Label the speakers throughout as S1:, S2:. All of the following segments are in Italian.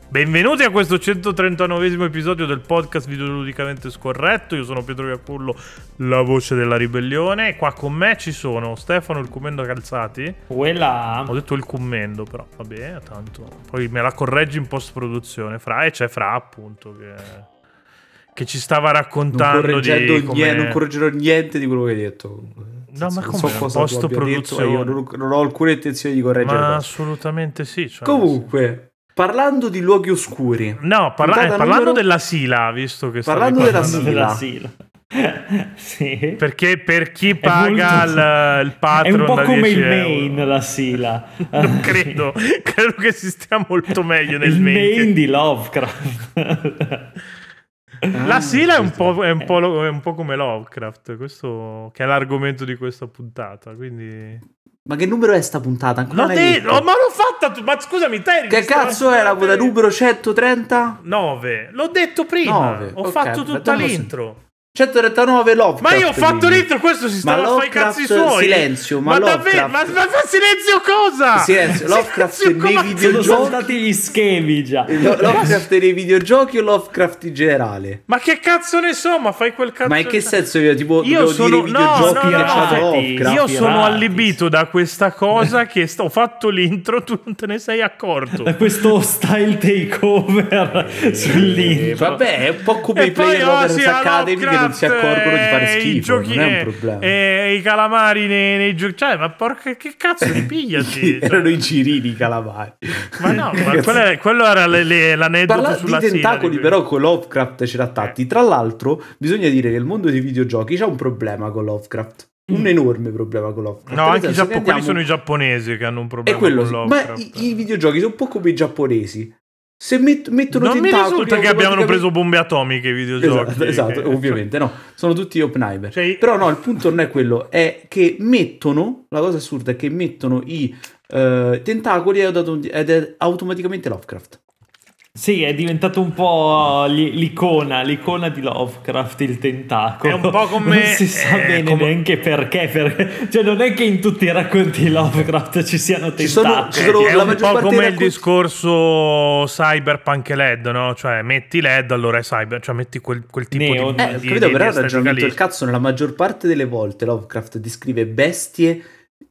S1: Benvenuti a questo 139esimo episodio del podcast videoludicamente scorretto. Io sono Pietro Iacullo, la voce della ribellione. E qua con me ci sono Stefano il Commendo Calzati.
S2: Quella.
S1: Ho detto il Commendo, però vabbè, tanto. Poi me la correggi in post-produzione. E c'è Fra, appunto, che ci stava raccontando
S3: non correggerò niente di quello che hai detto.
S1: No, ma
S3: non
S1: come
S3: so cosa
S1: post-produzione?
S3: Io non ho alcuna intenzione di correggere.
S1: Ma assolutamente sì. Cioè,
S3: comunque, parlando di luoghi oscuri.
S1: No, parlando della Sila, visto che
S3: parlando della Sila.
S2: Sì.
S1: Perché per chi paga il Patreon
S2: è un po' come il
S1: main
S2: la Sila.
S1: Non credo che si stia molto meglio nel
S2: il
S1: main
S2: di Lovecraft.
S1: La Sila è un po' come Lovecraft, questo che è l'argomento di questa puntata, quindi.
S3: Ma che numero è sta puntata?
S1: Ma l'ho fatta tu. Ma scusami, te
S3: che cazzo è la puntata numero 130?
S1: 9. L'ho detto prima. Ho fatto tutta l'intro.
S3: 139 Lovecraft.
S1: Ma io ho fatto l'intro, questo si stava a fare i cazzi suoi.
S3: Silenzio,
S1: ma davvero? Ma silenzio cosa?
S3: Silenzio, Lovecraft nei videogiochi.
S2: Sono saltati gli schemi già.
S3: Lovecraft nei videogiochi o Lovecraft in generale?
S1: Ma che cazzo ne so, ma fai quel cazzo.
S3: Ma in che senso tipo
S1: io sono
S3: Lovecraft?
S1: Io sono allibito da questa cosa che ho fatto l'intro, tu non te ne sei accorto.
S2: Da questo style takeover sull'intro.
S3: Vabbè, è un po' come i Players Academy che non si accorgono di fare schifo, non è un problema.
S1: E i calamari nei giochi, cioè, ma porca, che cazzo di pigliati?
S3: Erano i girini i calamari.
S1: Ma no, ma quello era l'aneddoto sulla
S3: di tentacoli, però con Lovecraft c'era tanti. Tra l'altro, bisogna dire che il mondo dei videogiochi c'ha un problema con Lovecraft. Un enorme problema con Lovecraft.
S1: No, anche quelli sono i giapponesi che hanno un problema con Lovecraft.
S3: Ma i videogiochi sono un po' come i giapponesi. Se mettono
S1: non
S3: tentacoli,
S1: mi risulta che abbiano preso bombe atomiche i videogiochi.
S3: Esatto, ovviamente no. Sono tutti Oppenheimer. Però no, il punto non è quello. È che mettono, la cosa assurda è che mettono i tentacoli ed è automaticamente Lovecraft.
S2: Sì, è diventato un po' l'icona di Lovecraft, il tentacolo.
S1: È un po' come...
S2: Non si sa bene neanche perché. Cioè, non è che in tutti i racconti di Lovecraft ci siano tentacoli.
S1: È un po' come il discorso Cyberpunk e LED, no? Cioè, metti LED, allora è Cyber. Cioè, metti quel tipo di
S3: credo però ha ragionamento il cazzo. Nella maggior parte delle volte Lovecraft descrive bestie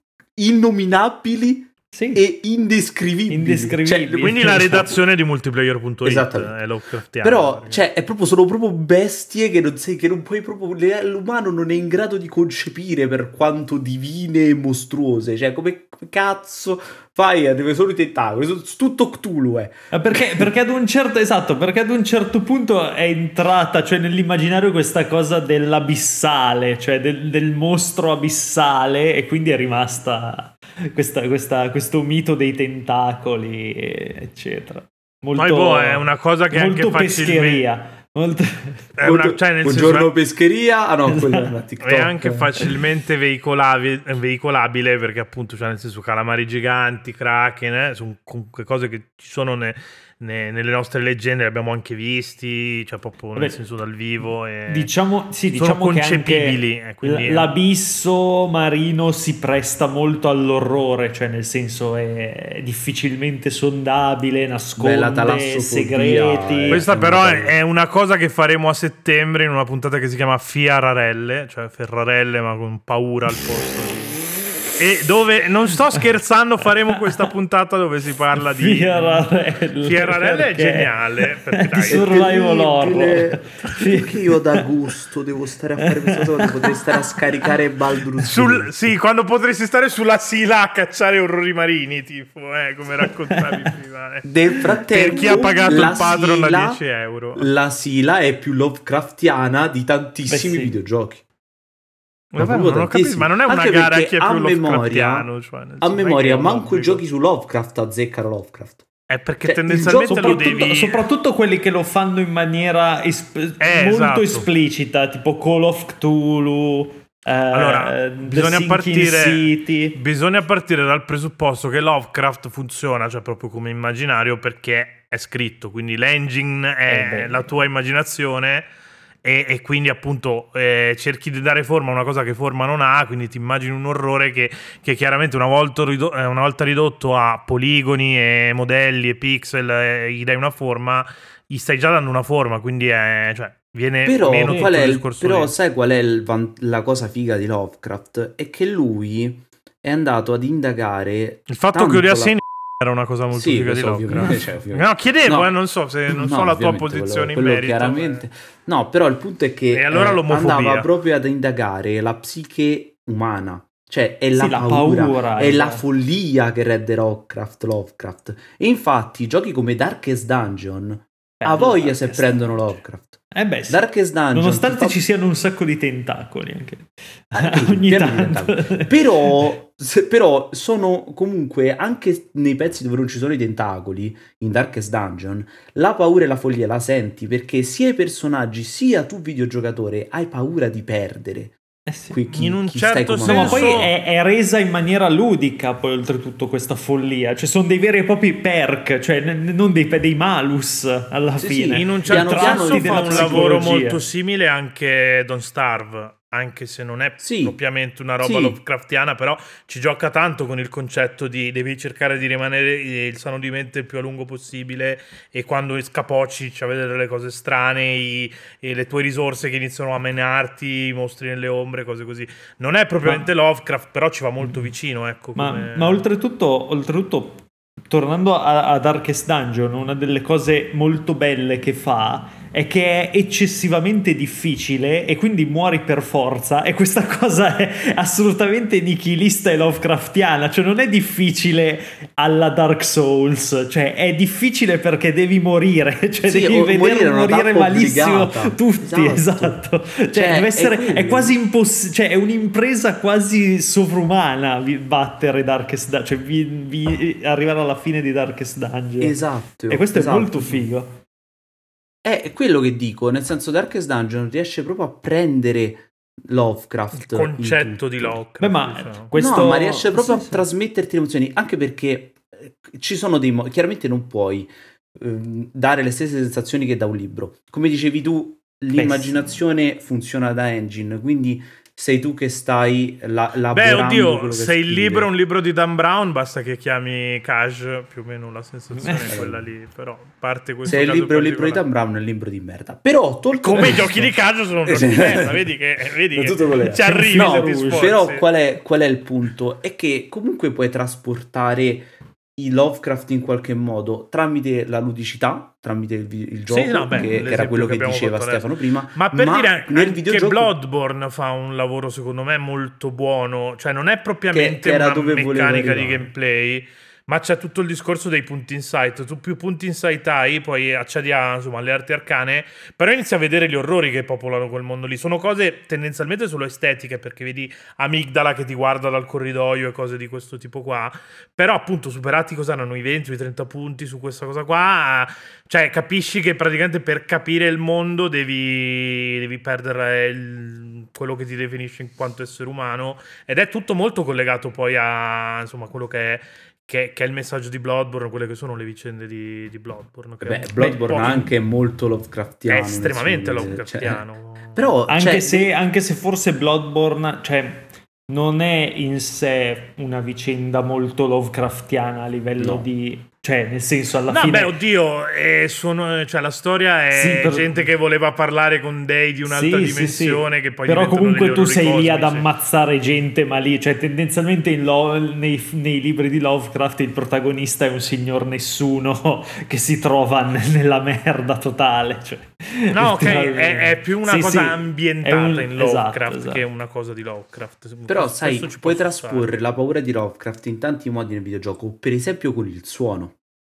S3: innominabili. Sì. E indescrivibili.
S1: Cioè, quindi la redazione di multiplayer.it è Lovecraftiana.
S3: Però sono proprio bestie che non puoi proprio, l'umano non è in grado di concepire per quanto divine e mostruose. Cioè, come cazzo fai? Sono i tentacoli, tutto Cthulhu
S2: perché ad un certo punto è entrata, cioè, nell'immaginario questa cosa dell'abissale, cioè del mostro abissale, e quindi è rimasta questo mito dei tentacoli, eccetera. Molto,
S1: è una cosa che
S2: molto
S1: anche
S2: pescheria.
S3: Buongiorno pescheria. Quello è una TikTok.
S1: È anche facilmente veicolabile, perché appunto, cioè, nel senso, calamari giganti, kraken, sono comunque cose che ci sono nelle nostre leggende, le abbiamo anche visti, cioè proprio nel senso dal vivo, e
S2: diciamo
S1: concepibili,
S2: che anche l'abisso marino si presta molto all'orrore, cioè nel senso è difficilmente sondabile, nasconde segreti.
S1: Questa però è una cosa che faremo a settembre in una puntata che si chiama Fiararelle, cioè Ferrarelle ma con paura al posto. E dove, non sto scherzando, faremo questa puntata dove si parla di Fiararelle è geniale, perché
S2: di survival horror.
S3: Perché io ad agosto devo stare a fare questa cosa, potrei stare a scaricare Baldur's Gate.
S1: Sì, quando potresti stare sulla Sila a cacciare orrori marini, tipo, come raccontavi prima.
S3: Nel frattempo,
S1: per chi ha pagato il Patreon a 10 euro.
S3: La Sila è più Lovecraftiana di tantissimi videogiochi.
S1: Vabbè, non ho capito, ma non è una gara che è più Lovecraftiano, cioè,
S3: a memoria manco i giochi su Lovecraft azzeccano Lovecraft.
S1: È perché tendenzialmente lo devi,
S2: soprattutto quelli che lo fanno in maniera molto esplicita, tipo Call of Cthulhu.
S1: Allora, bisogna partire dal presupposto che Lovecraft funziona, cioè proprio come immaginario, perché è scritto, quindi l'engine è la tua immaginazione. e quindi appunto cerchi di dare forma a una cosa che forma non ha, quindi ti immagini un orrore che chiaramente una volta ridotto a poligoni e modelli e pixel, gli dai una forma, gli stai già dando una forma, quindi cioè, viene
S3: Però,
S1: meno tutto il discorso lì.
S3: sai qual è la cosa figa di Lovecraft? È che lui è andato ad indagare
S1: Il fatto che Oriaseni era una cosa molto figa di Lovecraft.
S3: Cioè,
S1: no, chiedevo,
S3: no,
S1: non so se non
S3: no,
S1: so la tua
S3: ovviamente,
S1: posizione
S3: quello
S1: in merito.
S3: chiaramente. No, però il punto è che
S1: E allora l'omofobia.
S3: andava proprio ad indagare la psiche umana. Cioè, è la
S2: Sì, la
S3: paura,
S2: paura,
S3: è la
S2: esatto.
S3: follia che rende Lovecraft. E infatti, giochi come Darkest Dungeon ha voglia se
S2: Darkest
S3: prendono
S2: Dungeon.
S3: Lovecraft.
S2: Sì.
S3: Darkest Dungeon
S2: Nonostante ci siano un sacco di tentacoli anche
S3: ogni
S2: ogni tanto.
S3: però sono comunque, anche nei pezzi dove non ci sono i tentacoli in Darkest Dungeon, la paura e la follia la senti, perché sia i personaggi sia tu videogiocatore hai paura di perdere.
S2: Sì.
S1: In un
S3: chi stai
S1: certo
S2: No,
S3: comandando.
S2: ma
S1: senso-
S2: poi è resa in maniera ludica poi oltretutto questa follia, cioè sono dei veri e propri perk, cioè non dei malus alla
S3: Sì,
S2: fine.
S3: sì,
S1: In un
S3: piano
S1: certo
S3: piano
S1: senso
S3: di
S1: fa
S2: della
S1: un lavoro
S2: psicologia.
S1: molto simile anche Don't Starve, anche se non è
S3: Sì.
S1: propriamente una roba
S3: Sì.
S1: Lovecraftiana, però ci gioca tanto con il concetto di devi cercare di rimanere il sano di mente il più a lungo possibile, e quando scapocci a vedere delle cose strane, e le tue risorse che iniziano a menarti, i mostri nelle ombre, cose così. Non è propriamente Lovecraft, però ci va molto vicino, ecco.
S2: Ma oltretutto, tornando a Darkest Dungeon, una delle cose molto belle che fa è che è eccessivamente difficile e quindi muori per forza, e questa cosa è assolutamente nichilista e Lovecraftiana, cioè non è difficile alla Dark Souls, cioè è difficile perché devi morire, cioè
S3: Sì,
S2: devi vedere
S3: morire è una
S2: morire
S3: tappa
S2: malissimo
S3: obbligata.
S2: tutti, esatto. Cioè deve essere, è quasi impossibile, cioè è un'impresa quasi sovrumana battere Darkest Dungeon, cioè arrivare alla fine di Darkest Dungeon.
S3: Esatto.
S2: E questo
S3: esatto.
S2: è molto figo.
S3: È quello che dico, nel senso Darkest Dungeon riesce proprio a prendere Lovecraft,
S1: il concetto
S3: in
S1: di
S3: tutto.
S1: Lovecraft.
S2: Beh, ma
S1: diciamo.
S2: questo...
S3: No, ma riesce proprio
S2: sì,
S3: a trasmetterti le emozioni, anche perché ci sono dei modi, chiaramente non puoi dare le stesse sensazioni che da un libro. Come dicevi tu, l'immaginazione funziona da engine, quindi sei tu che stai lavorando.
S1: Beh, oddio,
S3: quello che
S1: se il
S3: scrive.
S1: libro è un libro di Dan Brown, basta che chiami Cage, più o meno la sensazione è quella lì, però a parte questo
S3: Se il
S1: caso
S3: libro è un libro di Dan
S1: particolare.
S3: Brown, è un libro di merda. Però tolto
S1: Come i
S3: questo-
S1: giochi di Cage sono un gioco di merda, vedi che
S3: tutto quello che-
S1: ci arrivi
S3: No,
S1: se ti sforzi.
S3: però qual è il punto? È che comunque puoi trasportare i Lovecraft in qualche modo tramite la ludicità, tramite il gioco,
S1: Sì, no, beh,
S3: che era
S1: l'esempio
S3: quello
S1: che
S3: che
S1: abbiamo
S3: diceva
S1: fatto
S3: Stefano prima.
S1: Ma per dire
S3: nel
S1: anche
S3: videogioco
S1: Bloodborne fa un lavoro secondo me molto buono, cioè non è propriamente
S3: che era
S1: una
S3: dove volevo
S1: meccanica di
S3: arrivare.
S1: gameplay, ma c'è tutto il discorso dei punti insight. Tu più punti insight hai, poi accedi alle arti arcane, però inizi a vedere gli orrori che popolano quel mondo lì. Sono cose tendenzialmente solo estetiche, perché vedi Amigdala che ti guarda dal corridoio e cose di questo tipo qua, però appunto superati cos'erano i 20 o i 30 punti su questa cosa qua, cioè capisci che praticamente per capire il mondo devi perdere quello che ti definisce in quanto essere umano, ed è tutto molto collegato poi a quello che è il messaggio di Bloodborne, quelle che sono le vicende di Bloodborne. Che
S3: Beh, Bloodborne anche è molto Lovecraftiano.
S1: è estremamente
S3: nel suo-
S1: Lovecraftiano.
S3: Però
S2: Anche
S3: cioè,
S2: se forse Bloodborne, cioè, non è in sé una vicenda molto Lovecraftiana a livello
S3: No.
S2: di... Cioè, nel senso, alla
S1: No,
S2: fine...
S1: beh, oddio, cioè la storia è
S2: Sì,
S1: gente che voleva parlare con dei di un'altra
S2: Sì,
S1: dimensione,
S2: sì.
S1: che poi
S2: però
S1: diventano
S2: comunque
S1: degli
S2: tu
S1: orrori
S2: sei lì ad
S1: cosmici.
S2: ammazzare gente, ma lì, cioè tendenzialmente nei libri di Lovecraft il protagonista è un signor nessuno che si trova nella merda totale, cioè.
S1: No, ok, è più una
S2: Sì,
S1: cosa
S2: sì,
S1: ambientata
S2: è un-
S1: in
S2: esatto,
S1: Lovecraft
S2: esatto.
S1: che una cosa di Lovecraft.
S3: Però
S1: Questo
S3: sai,
S1: ci
S3: puoi
S1: posso
S3: trasporre
S1: stare.
S3: la paura di Lovecraft in tanti modi nel videogioco, per esempio con il suono.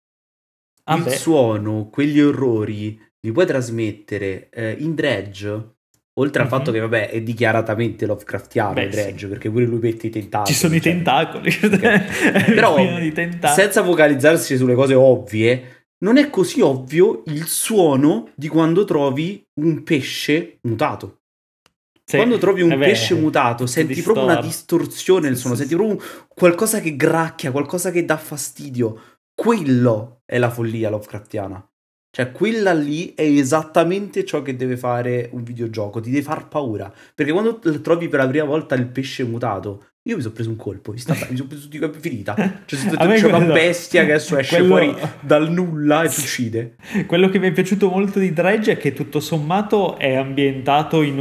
S2: Ah,
S3: Il
S2: beh.
S3: suono, quegli orrori, li puoi trasmettere in Dredge, oltre al
S2: Mhm.
S3: fatto che vabbè è dichiaratamente Lovecraftiano
S2: Beh,
S3: Dredge,
S2: sì.
S3: perché pure lui mette i tentacoli.
S2: Ci sono i
S3: cioè,
S2: tentacoli.
S3: ok. Però
S2: Pieno di tentacoli.
S3: senza focalizzarsi sulle cose ovvie, non è così ovvio il suono di quando trovi un pesce mutato.
S2: Sì.
S3: Quando trovi un
S2: Beh,
S3: pesce mutato, senti proprio una
S2: distorto.
S3: distorsione nel
S2: Sì,
S3: suono,
S2: sì,
S3: senti proprio qualcosa che gracchia, qualcosa che dà fastidio. Quello è la follia Lovecraftiana. Cioè, quella lì è esattamente ciò che deve fare un videogioco, ti deve far paura. Perché quando trovi per la prima volta il pesce mutato, io mi sono preso un colpo, mi sono preso tutti i colpi, finita. Cioè, c'è una bestia che adesso esce fuori dal nulla e ti uccide.
S2: Quello che mi è piaciuto molto di Dredge è che tutto sommato è ambientato in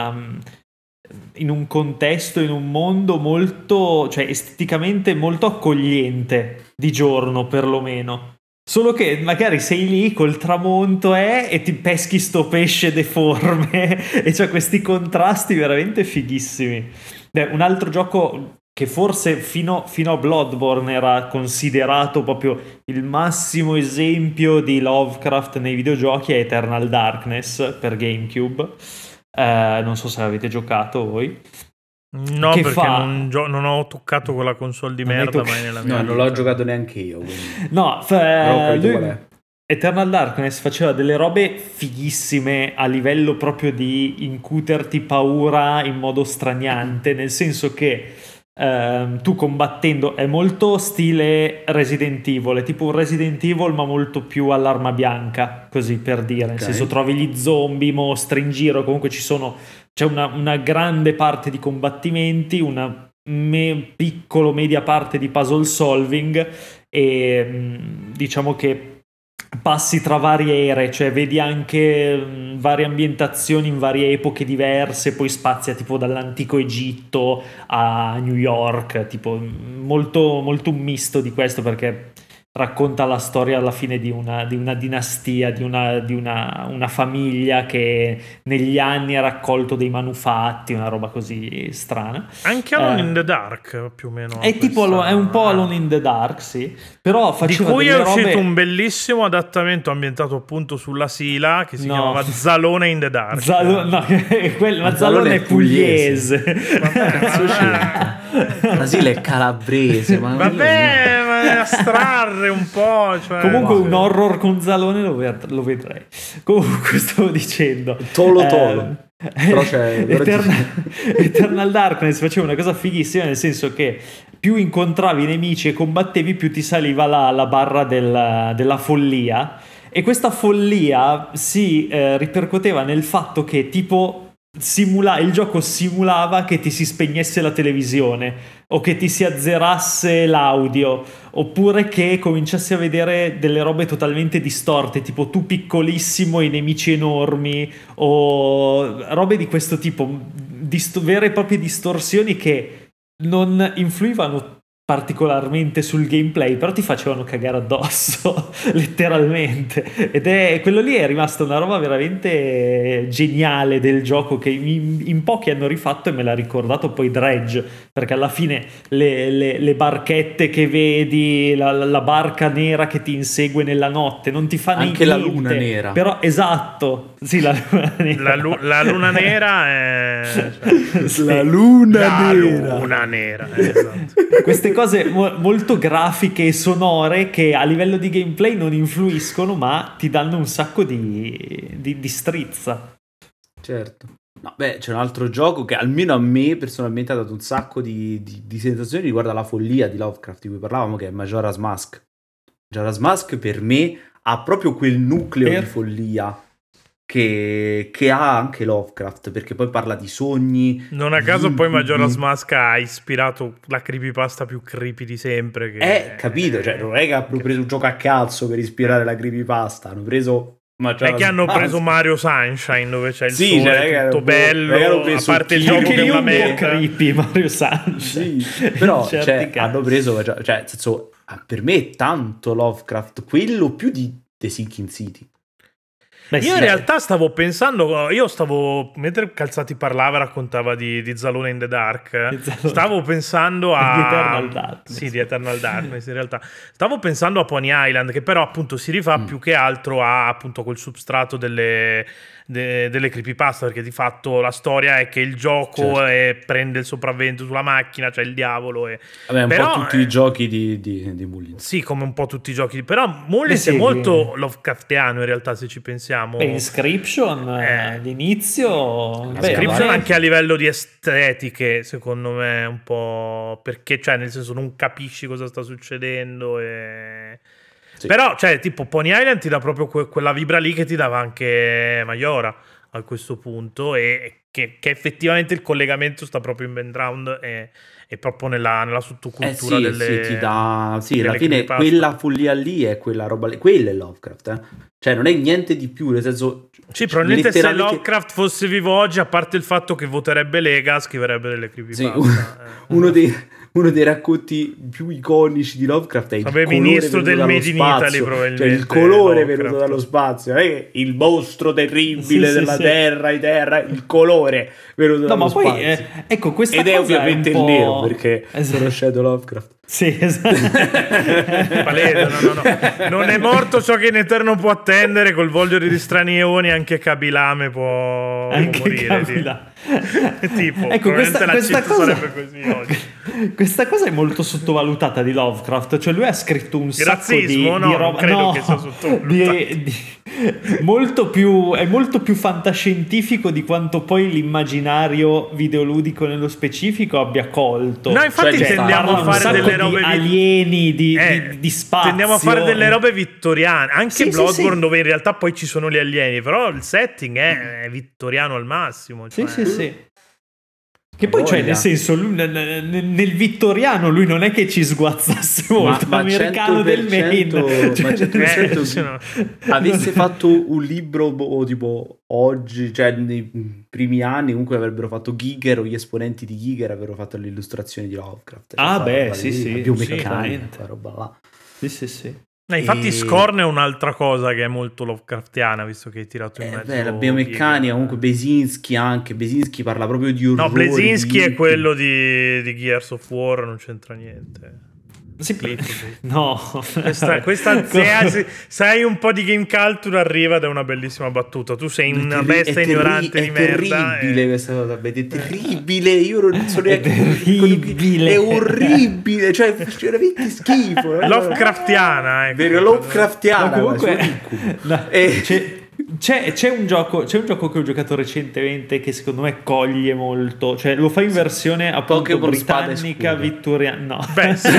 S2: un contesto, in un mondo molto, cioè esteticamente molto accogliente, di giorno perlomeno. Solo che magari sei lì col tramonto e ti peschi sto pesce deforme e c'ha questi contrasti veramente fighissimi. Un altro gioco che forse fino a Bloodborne era considerato proprio il massimo esempio di Lovecraft nei videogiochi è Eternal Darkness per GameCube. Non so se l'avete giocato voi.
S1: No, che perché non ho toccato quella console di merda mai nella mia vita.
S3: Non l'ho giocato neanche io. Quindi.
S2: No, Eternal Darkness faceva delle robe fighissime a livello proprio di incuterti paura in modo straniante, nel senso che tu combattendo è molto stile Resident Evil, è tipo un Resident Evil ma molto più all'arma bianca, così per dire, nel senso trovi gli zombie, mostri in giro, comunque c'è una grande parte di combattimenti, una media parte di puzzle solving e diciamo che passi tra varie ere, cioè vedi anche varie ambientazioni in varie epoche diverse, poi spazia tipo dall'antico Egitto a New York, tipo molto, molto un misto di questo, perché racconta la storia alla fine di una dinastia, di una famiglia che negli anni ha raccolto dei manufatti, una roba così strana.
S1: Anche Alone in the Dark, più o meno.
S2: È tipo è un po' Alone in the Dark, sì. Però
S1: di cui è uscito un bellissimo adattamento ambientato appunto sulla Sila che si chiamava Zalone in the Dark.
S2: Ma Zalone è pugliese.
S3: La Sila è calabrese.
S1: Vabbè, ma astrarre un po'. Cioè,
S2: comunque un horror con Zalone lo vedrei. Comunque stavo dicendo
S3: Tolo. Però c'è
S2: Eternal Darkness faceva una cosa fighissima, nel senso che più incontravi i nemici e combattevi, più ti saliva la barra della follia, e questa follia si ripercuoteva nel fatto che tipo il gioco simulava che ti si spegnesse la televisione o che ti si azzerasse l'audio, oppure che cominciassi a vedere delle robe totalmente distorte, tipo tu piccolissimo e i nemici enormi, o robe di questo tipo, vere e proprie distorsioni che non influivano particolarmente sul gameplay, però ti facevano cagare addosso letteralmente, ed quello lì è rimasta una roba veramente geniale del gioco che in pochi hanno rifatto, e me l'ha ricordato poi Dredge, perché alla fine le barchette che vedi, la barca nera che ti insegue nella notte non ti fa
S3: anche
S2: niente,
S3: la luna nera,
S2: però esatto, sì, la luna nera,
S1: la luna nera è
S3: sì, la luna nera,
S1: esatto.
S2: Queste cose molto grafiche e sonore che a livello di gameplay non influiscono, ma ti danno un sacco di strizza.
S3: Certo. No, beh, c'è un altro gioco che almeno a me personalmente ha dato un sacco di sensazioni riguardo alla follia di Lovecraft di cui parlavamo, che è Majora's Mask. Majora's Mask per me ha proprio quel nucleo di follia che ha anche Lovecraft, perché poi parla di sogni.
S1: Non a caso poi Majora's Mask ha ispirato la creepypasta più creepy di sempre.
S3: Capito, cioè non è che hanno preso un gioco a cazzo per ispirare la creepypasta, hanno preso
S1: è che hanno preso Mario Sunshine, dove c'è il sole tutto bello, a parte il gioco che è una merda.
S2: Creepy Mario Sunshine.
S3: Sì, però hanno preso, cioè nel senso, per me è tanto Lovecraft, quello più di The Sinking City.
S1: Io in realtà stavo pensando, mentre Calzati parlava e raccontava di Zalone in the Dark, stavo pensando a
S2: di Eternal Darkness.
S1: Sì, di Eternal Darkness in realtà. Stavo pensando a Pony Island, che però appunto si rifà più che altro a appunto quel substrato delle creepypasta, perché di fatto la storia è che il gioco prende il sopravvento sulla macchina, c'è il diavolo
S3: vabbè, po' tutti i giochi di Mullins.
S1: Sì, come un po' tutti i giochi, però Mullins è molto Lovecraftiano in realtà, se ci pensiamo.
S2: Inscription all'inizio,
S1: Inscription anche a livello di estetiche, secondo me, un po', perché cioè nel senso non capisci cosa sta succedendo
S3: Sì.
S1: Però, cioè, tipo, Pony Island ti dà proprio quella vibra lì che ti dava anche Majora a questo punto, e che effettivamente il collegamento sta proprio in background e proprio nella sottocultura
S3: sì,
S1: delle...
S3: ti dà... Sì,
S1: delle
S3: alla fine
S1: creepypasta.
S3: quella follia lì è quella roba lì. Quella è Lovecraft, eh. Cioè, non è niente di più, nel senso...
S1: Sì, probabilmente se
S3: letteralmente-
S1: Lovecraft fosse vivo oggi, a parte il fatto che voterebbe Lega, scriverebbe delle
S3: Sì,
S1: creepypasta.
S3: uno dei racconti più iconici di Lovecraft è il
S1: Vabbè,
S3: colore
S1: ministro
S3: venuto
S1: del
S3: dallo
S1: Made in
S3: spazio.
S1: Italy, probabilmente,
S3: Cioè il colore
S1: Lovecraft.
S3: venuto dallo spazio, non è che il mostro terribile
S2: Sì,
S3: della
S2: sì.
S3: terra, il colore venuto
S2: No,
S3: dallo
S2: ma poi
S3: spazio.
S2: ecco, questa
S3: Ed è
S2: cosa
S3: ovviamente
S2: un po'...
S3: il nero, perché
S2: Esatto.
S3: conoscendo Lovecraft.
S2: Sì, esatto.
S1: Palese, no. Non è morto ciò che in eterno può attendere, col volgere di strani eoni anche Kabilame può morire.
S2: Kabila.
S1: Tipo,
S2: Ecco,
S1: probabilmente la
S2: questa
S1: cheat
S2: cosa...
S1: sarebbe così oggi.
S2: Questa cosa è molto sottovalutata di Lovecraft, cioè lui ha scritto un sacco
S1: razzismo?
S2: di
S1: No,
S2: roba,
S1: non credo che sia sottovalutato.
S2: è molto più fantascientifico di quanto poi l'immaginario videoludico nello specifico abbia colto.
S1: No, infatti
S3: Cioè,
S1: tendiamo a
S2: parla un
S1: fare
S2: sacco
S1: delle robe
S2: di alieni, di spazio.
S1: Tendiamo a fare delle robe vittoriane, anche
S2: Sì, sì,
S1: Bloodborne,
S2: sì.
S1: dove in realtà poi ci sono gli alieni, però il setting è vittoriano al massimo.
S2: Sì,
S1: cioè.
S2: sì. Che poi, cioè,
S3: Voglia.
S2: nel senso, lui, nel vittoriano lui non è che ci sguazzasse molto,
S3: Ma
S2: americano del
S3: 100%,
S2: Maine.
S3: ma 100%
S1: sì, no.
S3: avesse fatto un libro tipo oggi, cioè nei primi anni, comunque avrebbero fatto Giger, o gli esponenti di Giger avrebbero fatto le illustrazioni di Lovecraft.
S2: Ah,
S3: Cioè,
S2: beh,
S3: roba
S2: sì,
S3: lì,
S2: sì,
S3: la biomeccanica,
S2: assolutamente.
S3: quella roba là.
S2: Sì.
S1: Infatti
S3: E-
S1: Scorn è un'altra cosa che è molto Lovecraftiana, visto che hai tirato in mezzo
S3: Beh, la biomeccanica,
S1: Giger.
S3: comunque Besinski anche, Besinski parla proprio di orrori.
S1: No, Blesinski
S3: di-
S1: è quello di Gears of War, non c'entra niente.
S2: Sì,
S1: Cliff.
S2: no.
S1: Questa sai un po' di game culture arriva da una bellissima battuta. Tu sei una bestia ignorante di merda.
S3: È terribile questa cosa, è terribile. Io non so
S2: È
S3: neanche.
S2: terribile.
S3: È orribile, cioè veramente schifo.
S1: Lovecraftiana, ecco.
S3: Vero, Lovecraftiana.
S2: Ma comunque
S3: sono incubo.
S2: no, c'è un gioco che ho giocato recentemente che secondo me coglie molto, cioè lo fa in versione appunto
S3: Pokémon Spada e
S2: britannica,
S3: Scudo.
S2: vittoriana. No.
S1: Beh, sì.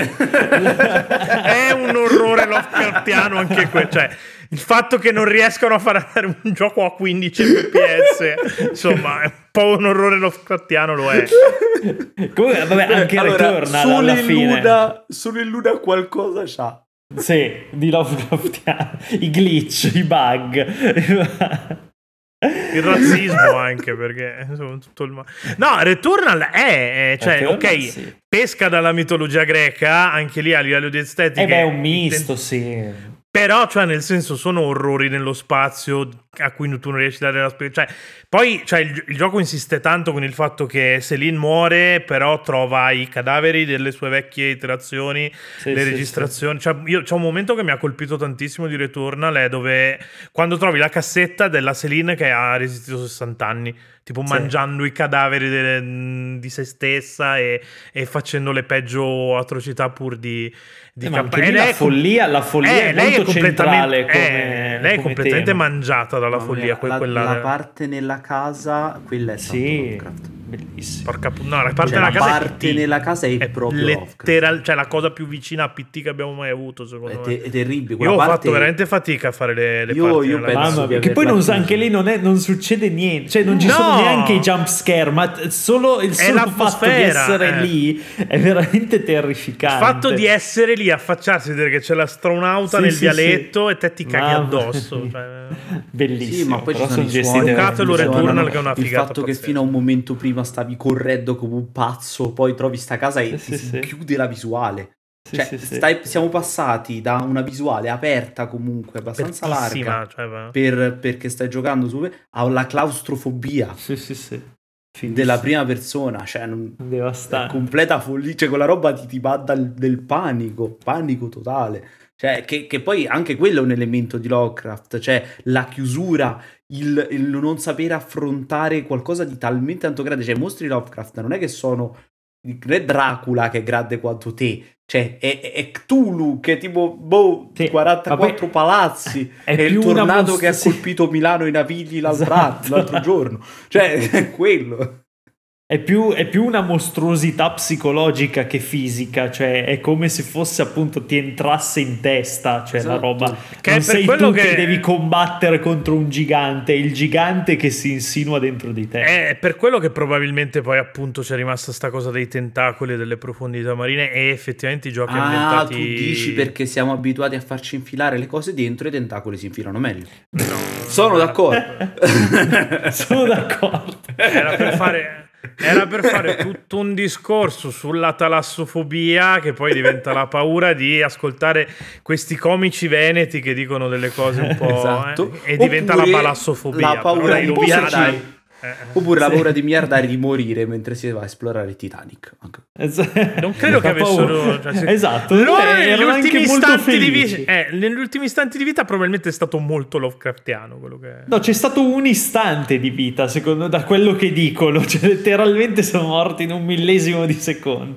S1: È un orrore Lovecraftiano anche quello. Cioè, il fatto che non riescano a far andare un gioco a 15 fps, insomma, è un po' un orrore Lovecraftiano, lo è.
S2: Comunque, vabbè, anche
S3: Allora,
S2: Returnal alla fine.
S3: solo in Luna qualcosa c'ha.
S2: Sì, di Lovecraftiano. I glitch, i bug.
S1: Il razzismo anche, perché insomma, tutto il no, Returnal cioè,
S2: Returnal,
S1: ok,
S2: sì.
S1: pesca dalla mitologia greca, anche lì a livello di estetica.
S2: Beh, è un misto, sì.
S1: Però, cioè, nel senso, sono orrori nello spazio a cui tu non riesci a dare la spiegazione. Cioè, poi, cioè, il gioco insiste tanto con il fatto che Céline muore, però trova i cadaveri delle sue vecchie iterazioni,
S2: Sì,
S1: le
S2: sì,
S1: registrazioni. Cioè, c'è un momento che mi ha colpito tantissimo di Returnal, è dove quando trovi la cassetta della Céline che ha resistito 60 anni, tipo mangiando i cadaveri di se stessa e facendo le peggio atrocità pur di
S2: ma anche lì la follia è
S1: lei
S2: molto centrale
S1: lei è
S2: come
S1: completamente
S2: tema.
S1: mangiata dalla
S3: Mamma
S1: follia.
S3: mia,
S1: quella
S3: la parte nella casa, quella è
S2: Sì,
S3: Lovecraft.
S2: bellissimo.
S1: no, la parte
S3: Cioè,
S1: nella
S3: la
S1: casa
S3: parte
S1: è PT.
S3: nella casa è proprio Lovecraft.
S1: cioè la cosa più vicina a PT che abbiamo mai avuto, secondo me.
S3: È terribile.
S1: Io
S3: Quella
S1: ho
S3: parte...
S1: fatto veramente fatica a fare le
S3: Io
S1: parti nella
S3: penso
S1: casa.
S2: Mamma
S3: di
S2: mia, che poi
S3: averla
S2: anche lì non succede niente, cioè non ci
S1: No!
S2: sono neanche i jump scare, ma solo il solo fatto di
S1: l'atmosfera,
S2: essere lì è veramente terrificante.
S1: Il fatto di essere lì, affacciarsi, vedere che c'è l'astronauta
S2: Sì,
S1: nel
S2: sì,
S1: vialetto e te ti caghi
S2: Mamma
S1: addosso.
S2: mia.
S1: Cioè...
S2: Bellissimo.
S3: Sì, ma poi
S2: però
S3: ci sono i
S2: gestiti
S3: suoni,
S1: Giocatelo
S2: veramente bene.
S1: Returnal, che è una
S3: il
S1: figata
S3: fatto che
S1: pazzesca.
S3: fino a un momento prima stavi correndo come un pazzo, poi trovi sta casa e
S2: Sì,
S3: ti
S2: sì,
S3: si
S2: sì.
S3: chiude la visuale.
S2: Sì,
S3: Cioè,
S2: sì, sì.
S3: siamo passati da una visuale aperta comunque, abbastanza
S1: Apertissima,
S3: larga,
S1: cioè,
S3: perché stai giocando alla claustrofobia
S2: Sì, sì.
S3: della prima persona, cioè è
S2: Devastante.
S3: completa follia, cioè quella roba ti manda del panico totale, cioè che poi anche quello è un elemento di Lovecraft, cioè la chiusura, il non sapere affrontare qualcosa di talmente tanto grande, cioè i mostri di Lovecraft non è che sono, non è Dracula che è grande quanto te, cioè è Cthulhu che è tipo
S2: Sì,
S3: 44
S2: vabbè,
S3: palazzi,
S2: è
S3: è il
S2: più una
S3: tornado che ha
S2: sì.
S3: colpito Milano in Navigli
S2: Esatto.
S3: l'altro giorno, cioè è quello.
S2: È più una mostruosità psicologica che fisica, cioè è come se fosse appunto ti entrasse in testa, cioè la
S3: Esatto.
S2: roba.
S1: Che
S2: Non
S1: è per
S2: sei
S1: quello
S2: tu che
S1: che-
S2: devi combattere contro un gigante, è il gigante che si insinua dentro di te.
S1: È per quello che probabilmente poi appunto c'è rimasta sta cosa dei tentacoli e delle profondità marine e effettivamente i giochi ambientati...
S3: Tu dici perché siamo abituati a farci infilare le cose dentro e i tentacoli si infilano meglio.
S1: No,
S3: Sono d'accordo.
S2: Sono d'accordo.
S1: Era per fare tutto un discorso sulla talassofobia che poi diventa la paura di ascoltare questi comici veneti che dicono delle cose un po'...
S3: Esatto.
S1: e diventa la
S3: Oppure
S1: balassofobia.
S3: la paura
S1: Però dai,
S3: di
S1: lo
S3: miliardari. Oppure la
S2: Sì.
S3: paura di miliardari di morire mentre si va a esplorare il Titanic. Anche.
S1: Non credo che
S2: La paura.
S1: avessero... cioè, sì.
S2: Esatto,
S1: Loro
S2: erano anche molto felici.
S1: negli ultimi istanti di vita probabilmente è stato molto Lovecraftiano quello che...
S2: No, c'è stato un istante di vita, secondo da quello che dicono, cioè letteralmente sono morti in un millesimo di secondo.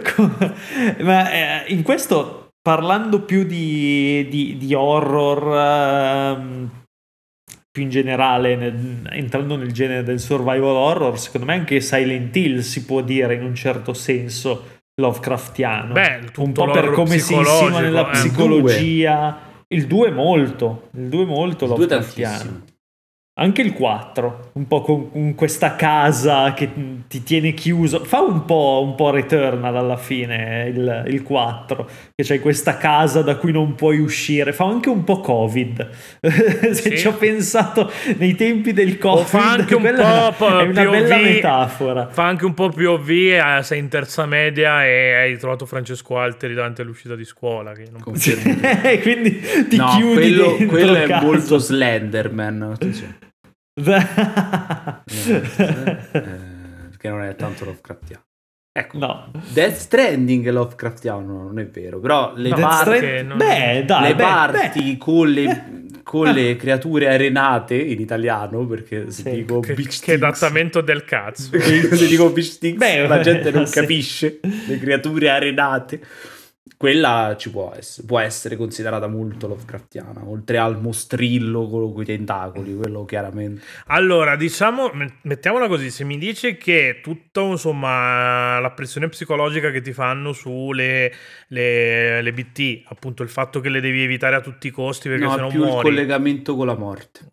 S2: Ma in questo, parlando più di horror, più in generale, entrando nel genere del survival horror, secondo me anche Silent Hill si può dire in un certo senso Lovecraftiano.
S1: Beh, tutto
S2: un po' per
S1: l'horror
S2: come si insinua nella
S1: psicologico,
S2: psicologia. Il 2 molto, il 2 molto
S3: Due
S2: Lovecraftiano.
S3: tantissimo.
S2: Anche il 4, un po' con questa casa che ti tiene chiuso. Fa un po' Returnal alla fine, il 4, che c'hai questa casa da cui non puoi uscire. Fa anche un po' Covid. Se
S1: Sì.
S2: ci ho pensato nei tempi del
S1: O
S2: Covid,
S1: fa anche un
S2: quella
S1: po'
S2: è una
S1: POV,
S2: bella metafora.
S1: Fa anche un po' più OV, sei in terza media e hai trovato Francesco Alteri davanti all'uscita di scuola. Che non...
S3: Confermo.
S2: Quindi ti
S3: No,
S2: chiudi dentro
S3: quello è
S2: casa.
S3: molto Slenderman. Attenzione. Che non è tanto Lovecraftiano. Ecco,
S2: No.
S3: Death Stranding è Lovecraftiano, non è vero, però le
S1: No,
S2: Death
S3: parti,
S1: Stranding- non-
S2: Beh, dai,
S3: le
S2: beh,
S3: parti con le creature arenate in italiano, perché se
S2: Sì.
S3: dico
S1: Che,
S3: Beach
S1: che
S3: Sticks,
S1: adattamento del cazzo.
S3: se dico Beach Sticks,
S2: Beh,
S3: la gente non
S2: sì.
S3: capisce le creature arenate. Quella può essere considerata molto Lovecraftiana, oltre al mostrillo con i tentacoli, quello chiaramente.
S1: Allora, diciamo, mettiamola così, se mi dice che tutta, insomma, la pressione psicologica che ti fanno sulle le BT, appunto il fatto che le devi evitare a tutti i costi perché
S3: No,
S1: se
S3: è
S1: no
S3: più il
S1: muori.
S3: collegamento con la morte.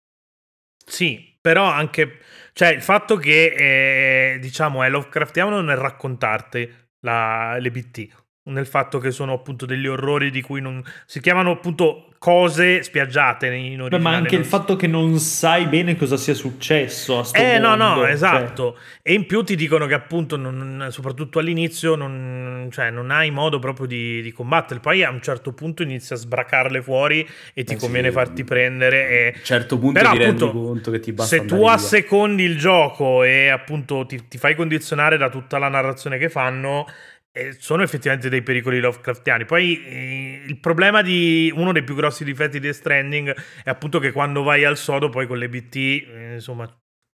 S1: Sì, però anche, cioè il fatto che, diciamo, è Lovecraftiano nel raccontarti le BT, nel fatto che sono appunto degli orrori di cui non si chiamano appunto cose spiaggiate in originale.
S2: Ma anche il
S1: non-
S2: fatto che non sai bene cosa sia successo a sto
S1: no,
S2: mondo, cioè.
S1: esatto. E in più ti dicono che appunto, soprattutto all'inizio, cioè, non hai modo proprio di combattere. Poi a un certo punto inizi a sbracarle fuori e ti conviene
S3: sì.
S1: farti prendere. E...
S3: A un certo punto
S1: Però
S3: ti rendi
S1: appunto,
S3: conto che ti basta
S1: se tu
S3: andare via.
S1: assecondi il gioco e appunto ti fai condizionare da tutta la narrazione che fanno, sono effettivamente dei pericoli Lovecraftiani. Poi il problema di uno dei più grossi difetti di Death Stranding è appunto che quando vai al sodo poi con le BT, insomma,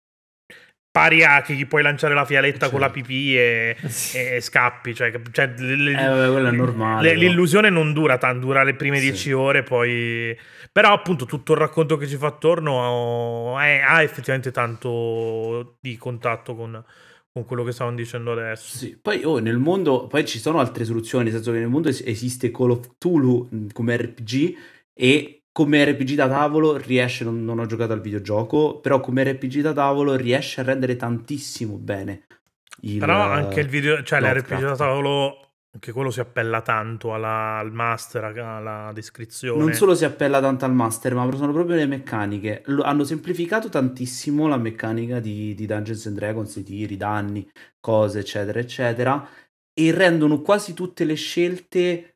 S1: pari a che gli puoi lanciare la fialetta con la pipì e scappi. Cioè
S3: vabbè, quello è normale.
S1: l'illusione non dura tanto, dura le prime
S3: Sì.
S1: 10 ore, poi... Però appunto tutto il racconto che ci fa attorno ha effettivamente tanto di contatto con quello che stavamo dicendo adesso.
S3: Sì. Poi nel mondo, poi ci sono altre soluzioni, nel senso che nel mondo esiste Call of Cthulhu come RPG, e come RPG da tavolo riesce, non ho giocato al videogioco, però come RPG da tavolo riesce a rendere tantissimo bene
S1: Però anche il video, cioè l'RPG da
S3: Lovecraft.
S1: tavolo, anche quello si appella tanto al master, alla descrizione.
S3: Non solo si appella tanto al master, ma sono proprio le meccaniche. Hanno semplificato tantissimo la meccanica di Dungeons and Dragons, i tiri, i danni, cose, eccetera, eccetera, e rendono quasi tutte le scelte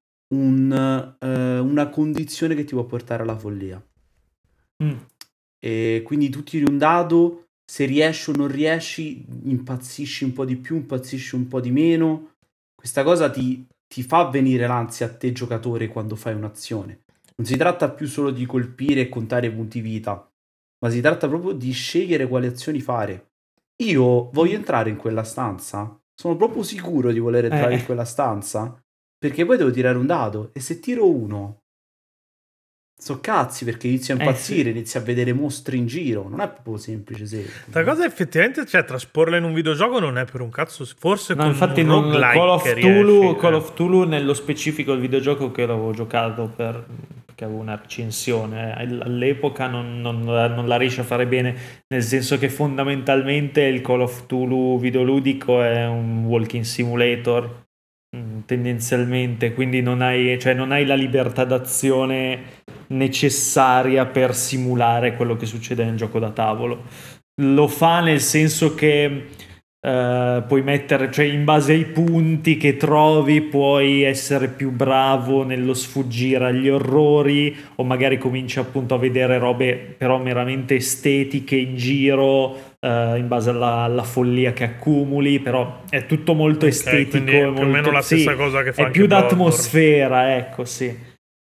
S3: una condizione che ti può portare alla follia. E quindi tu tiri un dado, se riesci o non riesci, impazzisci un po' di più, impazzisci un po' di meno. Questa cosa ti fa venire l'ansia a te giocatore quando fai un'azione. Non si tratta più solo di colpire e contare i punti vita, ma si tratta proprio di scegliere quali azioni fare. Io voglio entrare in quella stanza? Sono proprio sicuro di voler entrare in quella stanza? Perché poi devo tirare un dado, e se tiro uno So cazzi, perché inizia a impazzire, inizia a vedere mostri in giro. Non è proprio semplice.
S1: La cosa effettivamente, cioè, trasporla in un videogioco non è per un cazzo. Forse
S2: No,
S1: con
S2: infatti
S1: un roguelike
S2: Call of Cthulhu, nello specifico il videogioco che l'avevo giocato perché avevo una recensione, all'epoca non la riesce a fare bene, nel senso che fondamentalmente il Call of Cthulhu videoludico è un walking simulator tendenzialmente, quindi non hai la libertà d'azione necessaria per simulare quello che succede nel gioco da tavolo. Lo fa nel senso che puoi mettere, cioè in base ai punti che trovi puoi essere più bravo nello sfuggire agli orrori, o magari cominci appunto a vedere robe però meramente estetiche in giro, in base alla follia che accumuli, però è tutto molto estetico,
S1: quindi è più o meno la stessa cosa che fa
S2: è
S1: anche
S2: più
S1: Bloodborne.
S2: d'atmosfera, ecco, sì.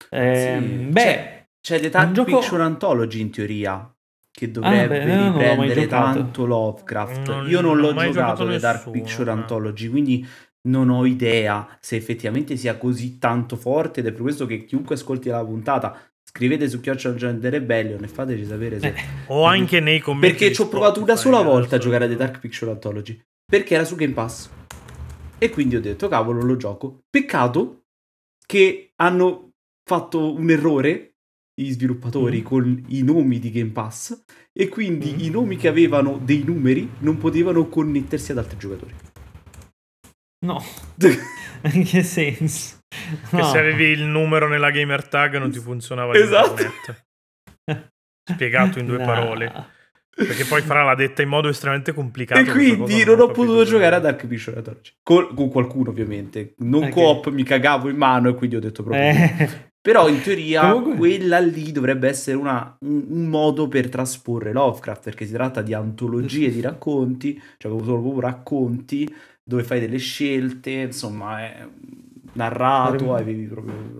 S3: C'è The Dark Picture Anthology in teoria, che dovrebbe riprendere tanto Lovecraft. Io non l'ho giocato The Dark Picture Anthology, quindi non ho idea se effettivamente sia così tanto forte, ed è per questo che chiunque ascolti la puntata, scrivete su @Agente Rebellion e fateci sapere se...
S1: o anche nei commenti,
S3: perché ci ho provato una sola volta a giocare a The Dark Picture Anthology, perché era su Game Pass, e quindi ho detto cavolo, lo gioco. Peccato che hanno fatto un errore gli sviluppatori con i nomi di Game Pass, e quindi i nomi che avevano dei numeri non potevano connettersi ad altri giocatori.
S2: No. In che senso?
S1: Che se avevi il numero nella gamer tag non ti funzionava l'internet. Spiegato in 2 parole. Perché poi Fra l'ha detta in modo estremamente complicato.
S3: E quindi non ho potuto giocare a Dark Picture Anthology con qualcuno, ovviamente. Non co-op, mi cagavo in mano, e quindi ho detto proprio però in teoria quella lì dovrebbe essere un modo per trasporre Lovecraft, perché si tratta di antologie di racconti, cioè sono proprio racconti dove fai delle scelte, insomma è narrato, hai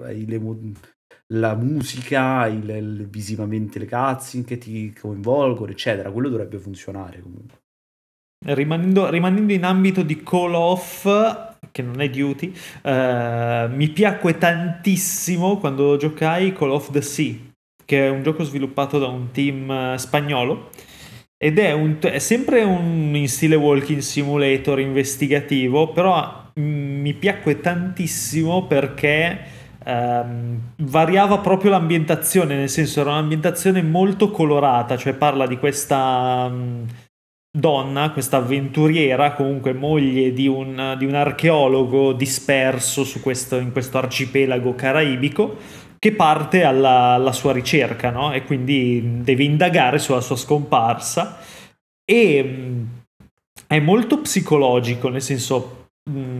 S3: la musica, visivamente le cutscene che ti coinvolgono, eccetera. Quello dovrebbe funzionare comunque.
S2: Rimanendo in ambito di Call of, che non è Duty, mi piacque tantissimo quando giocai Call of the Sea, che è un gioco sviluppato da un team spagnolo, ed è sempre in stile walking simulator investigativo, però mi piacque tantissimo perché variava proprio l'ambientazione, nel senso era un'ambientazione molto colorata, cioè parla di questa donna, questa avventuriera, comunque moglie di un archeologo disperso in questo arcipelago caraibico, che parte alla sua ricerca, no? E quindi deve indagare sulla sua scomparsa, e è molto psicologico, nel senso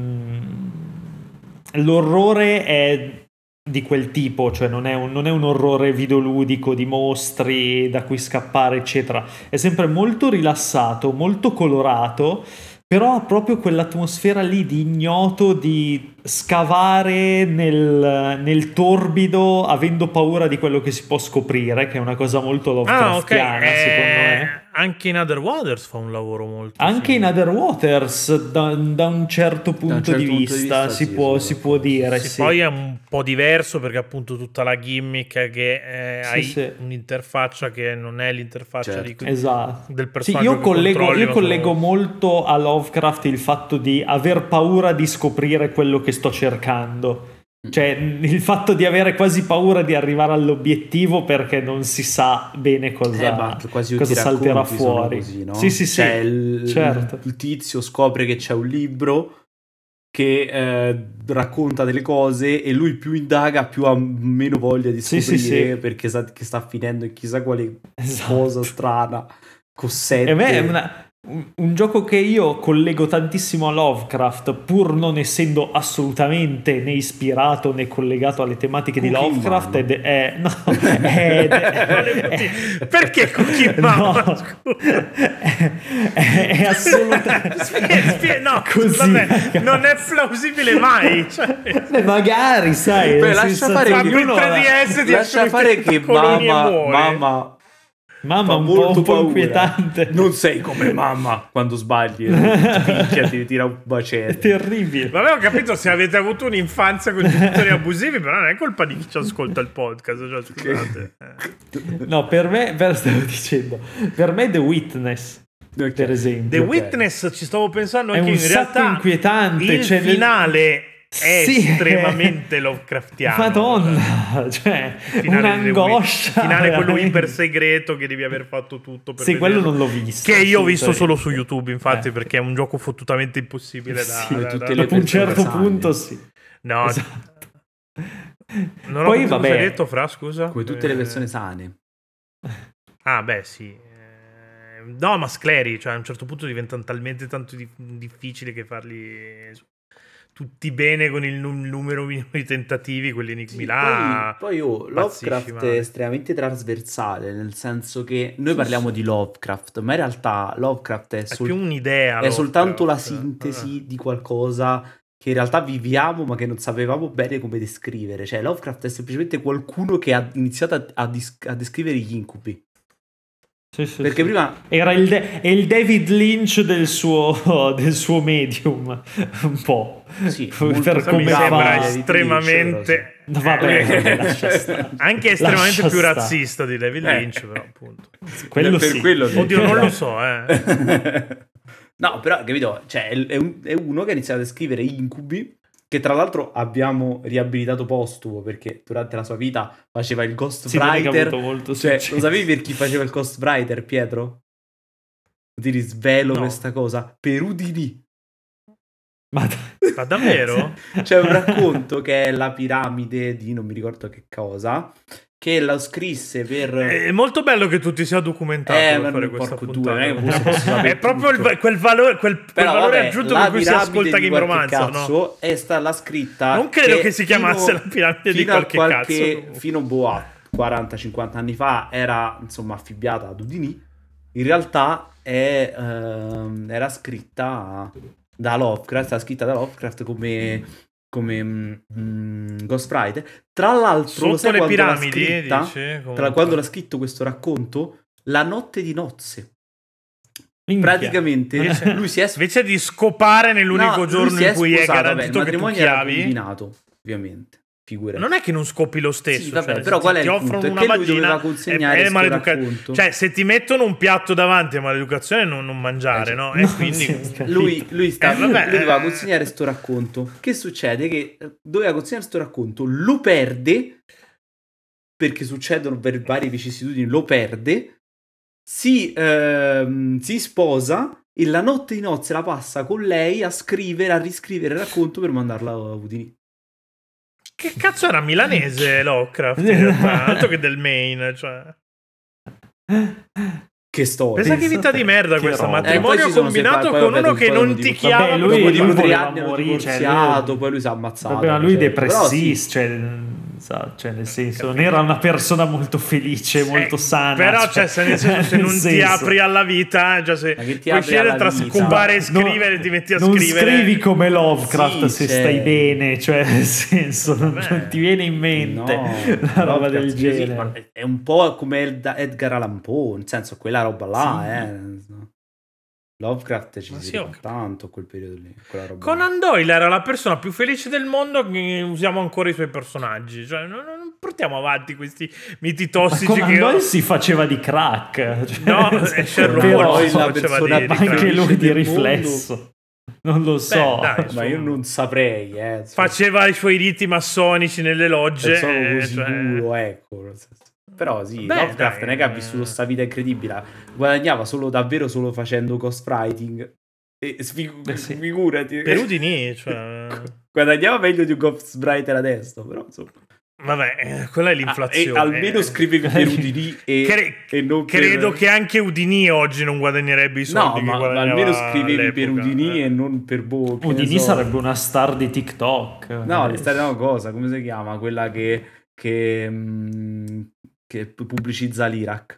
S2: l'orrore è di quel tipo, cioè non è un orrore videoludico di mostri da cui scappare eccetera, è sempre molto rilassato, molto colorato, però ha proprio quell'atmosfera lì di ignoto, di scavare nel torbido avendo paura di quello che si può scoprire, che è una cosa molto Lovecraftiana, secondo me.
S1: Anche in Other Waters fa un lavoro molto
S2: anche in Other Waters da un certo punto di vista si può dire sì.
S1: Poi è un po' diverso perché appunto tutta la gimmick che hai un'interfaccia che non è l'interfaccia del personaggio.
S2: Io collego molto a Lovecraft il fatto di aver paura di scoprire quello che sto cercando, cioè il fatto di avere quasi paura di arrivare all'obiettivo perché non si sa bene cosa salterà fuori.
S3: Così, no?
S2: Sì,
S3: certo. Il tizio scopre che c'è un libro che racconta delle cose, e lui più indaga più ha meno voglia di scoprire, perché sa che sta finendo in chissà quale cosa strana, cossette.
S2: E me è un gioco che io collego tantissimo a Lovecraft, pur non essendo assolutamente né ispirato né collegato alle tematiche di Lovecraft,
S1: perché Cookie Mama?
S2: È assolutamente
S1: così. Vabbè, non è plausibile mai, cioè.
S2: Magari sai,
S3: lascia fare che mamma
S2: Mamma,
S3: fa
S2: un
S3: molto
S2: po'
S3: paura.
S2: inquietante.
S3: Non sei come mamma quando sbagli ti picchia, ti tira un
S2: È
S3: bacetto.
S2: terribile.
S1: Vabbè, ho capito se avete avuto un'infanzia con genitori abusivi, però non è colpa di chi ci ascolta il podcast, cioè, scusate.
S2: No, stavo dicendo, per me The Witness,
S3: Ok.
S2: per esempio,
S1: The Witness, ci stavo pensando
S2: è
S1: anche
S2: un
S1: in
S2: sacco
S1: realtà
S2: inquietante.
S1: il
S2: Cioè,
S1: finale è
S2: Sì,
S1: estremamente Lovecraftiano.
S2: Madonna, cioè, un'angoscia.
S1: Il finale quello
S2: veramente.
S1: iper segreto che devi aver fatto tutto per
S2: Sì, quello
S1: vederlo.
S2: non l'ho visto.
S1: Che io ho visto solo
S2: assolutamente.
S1: su YouTube, infatti, perché è un gioco fottutamente impossibile
S2: Sì,
S3: tutte le
S2: dopo un
S3: persone
S2: certo
S3: sane.
S2: punto sì.
S1: No,
S2: Esatto.
S1: non ho
S2: Poi
S1: capito cosa
S2: vabbè,
S1: hai detto, Fra, scusa.
S3: Come tutte le persone sane.
S1: Ah, beh, sì. No, ma scleri, cioè a un certo punto diventano talmente tanto difficili che farli tutti bene con il numero minimo di tentativi, quelli enigmi
S3: Sì,
S1: là.
S3: poi
S1: impazzisci
S3: Lovecraft è
S1: male.
S3: estremamente trasversale, nel senso che noi parliamo di Lovecraft, ma in realtà Lovecraft è,
S1: È più un'idea.
S3: è soltanto la
S1: Lovecraft.
S3: sintesi di qualcosa che in realtà viviamo ma che non sapevamo bene come descrivere. Cioè Lovecraft è semplicemente qualcuno che ha iniziato a descrivere gli incubi.
S2: Sì, sì,
S3: Perché
S2: sì.
S3: prima
S2: Era è il David Lynch del suo medium, un po'.
S3: Sì,
S2: per
S3: molto
S1: Mi
S2: come
S1: sembra
S2: fa.
S1: estremamente.
S2: No, vabbè, lascia stare.
S1: Anche estremamente
S2: Lascia
S1: più
S2: stare.
S1: razzista di David Lynch, però appunto.
S2: Quello
S3: per
S2: sì.
S3: quello sì.
S1: Oddio, non lo so,
S3: No, però, capito? Cioè, è uno che ha iniziato a scrivere incubi, che tra l'altro abbiamo riabilitato postumo, perché durante la sua vita faceva il
S2: Si vede che ha
S3: ghostwriter.
S2: avuto molto
S3: Cioè,
S2: successo.
S3: lo sapevi per chi faceva il ghostwriter, Pietro? Ti risvelo
S1: No.
S3: questa cosa. Per Houdini.
S1: Ma davvero?
S3: C'è un racconto che è La piramide di non mi ricordo che cosa, che lo scrisse per...
S1: È molto bello che tu ti sia documentato
S3: ma
S1: per fare
S3: non
S1: questa
S3: porco
S1: puntata.
S3: due, non è che posso sapere
S1: È proprio
S3: tutto.
S1: quel valore, quel
S3: Però,
S1: valore
S3: vabbè,
S1: aggiunto
S3: la
S1: per cui si
S3: piramide
S1: ascolta
S3: di
S1: Game
S3: qualche
S1: Romancer, no?
S3: cazzo è l'ha scritta.
S1: Non credo che si chiamasse la piramide di
S3: fino a
S1: qualche cazzo.
S3: Fino a 40-50 anni fa era insomma affibbiata ad Houdini. In realtà era scritta da Lovecraft, è scritta da Lovecraft come ghostwriter. Tra l'altro, lo
S1: Sotto
S3: sai
S1: le
S3: quando
S1: piramidi,
S3: l'ha scritta?
S1: dici?
S3: Quando l'ha scritto questo racconto? La notte di nozze.
S2: Minchia.
S3: Praticamente lui si è
S1: Invece di scopare nell'unico
S3: No,
S1: giorno
S3: lui si è
S1: in cui è
S3: sposato,
S1: garantito
S3: vabbè,
S1: che
S3: il
S1: tu
S3: matrimonio era
S1: chiavi.
S3: combinato, ovviamente. Figurati.
S1: Non è che non scopi lo stesso.
S3: Sì, vabbè,
S1: cioè,
S3: però
S1: se
S3: qual è
S1: ti
S3: il
S1: offrono
S3: punto? È
S1: una
S3: che lui
S1: vagina,
S3: doveva consegnare sto
S1: maleducato.
S3: racconto.
S1: Cioè, se ti mettono un piatto davanti è maleducazione, non mangiare, no? E
S2: No,
S1: quindi
S2: sì,
S3: Lui
S1: vabbè,
S3: doveva consegnare sto racconto. Che succede? Che doveva consegnare sto racconto, lo perde, perché succedono per varie vicissitudini, lo perde, si sposa e la notte di nozze la passa con lei a riscrivere il racconto per mandarla a Houdini.
S1: che cazzo era milanese Lovecraft in realtà, altro che del Maine, cioè.
S3: Che storia.
S1: Pensa che vita di merda
S2: Che
S1: questa,
S2: roba.
S1: matrimonio
S3: Poi ci sono
S1: combinato
S3: poi
S1: con
S3: vabbè,
S1: uno che
S3: dopo
S1: non ti
S3: divorzi-
S1: chiama.
S2: Vabbè,
S3: dopo
S2: lui
S3: tipo 3
S2: voleva
S3: anni hanno
S2: morire, cioè,
S3: divorziato, poi lui si è ammazzato.
S2: Vabbè, ma lui
S3: certo. Però
S2: depressista,
S3: sì.
S2: cioè nel senso, non era una persona molto felice, molto sana.
S1: Però, cioè, nel senso, se non ti
S2: senso.
S1: apri alla vita, già se
S3: Ma che ti
S1: puoi
S3: apri
S1: scegliere
S3: alla
S1: tra
S3: vita?
S1: scopare e
S2: No,
S1: scrivere, ti metti a
S2: non
S1: scrivere.
S2: scrivi come Lovecraft
S3: Sì,
S2: se
S3: cioè-
S2: stai bene, cioè nel senso
S1: Vabbè.
S2: non ti viene in mente
S3: No,
S2: una roba del
S3: Lovecraft, sì,
S2: genere.
S3: ma è un po' come Edgar Allan Poe, nel senso quella roba là, Lovecraft ci
S1: Ma
S3: si
S1: sì,
S3: vede
S1: ho capito.
S3: tanto a quel periodo lì, quella roba là.
S1: Conan Doyle era la persona più felice del mondo, che usiamo ancora i suoi personaggi. Cioè, non portiamo avanti questi miti
S2: Ma
S1: tossici
S2: Conan
S1: che
S2: Doyle si faceva di crack, cioè,
S1: No, Sherlock
S2: però
S1: Holmes
S3: la
S1: faceva
S3: persona
S1: di
S3: più
S2: anche
S3: felice
S2: lui di
S3: del
S2: riflesso. Non lo so.
S1: dai,
S3: Ma io non saprei,
S1: faceva i suoi riti massonici nelle logge.
S3: sono così
S1: cioè-
S3: duro, ecco. Nel senso. Però sì,
S1: Beh,
S3: Lovecraft
S1: dai,
S3: non è che ha vissuto sta vita incredibile, guadagnava davvero solo facendo ghostwriting. E
S2: Sì.
S3: figurati.
S1: Per Houdini, cioè...
S3: Guadagnava meglio di un ghostwriter adesso, però insomma.
S1: Vabbè, quella è l'inflazione.
S3: E almeno scrivevi per Houdini e non per...
S1: Credo che anche Houdini oggi non guadagnerebbe i soldi
S3: No,
S1: che
S3: ma
S1: guadagnava
S3: almeno scrivevi per
S1: all'epoca,
S3: Houdini e non per boh. che ne
S2: Houdini
S3: so.
S2: sarebbe una star di TikTok.
S3: No, di stare una cosa, come si chiama? Quella che pubblicizza l'Iraq.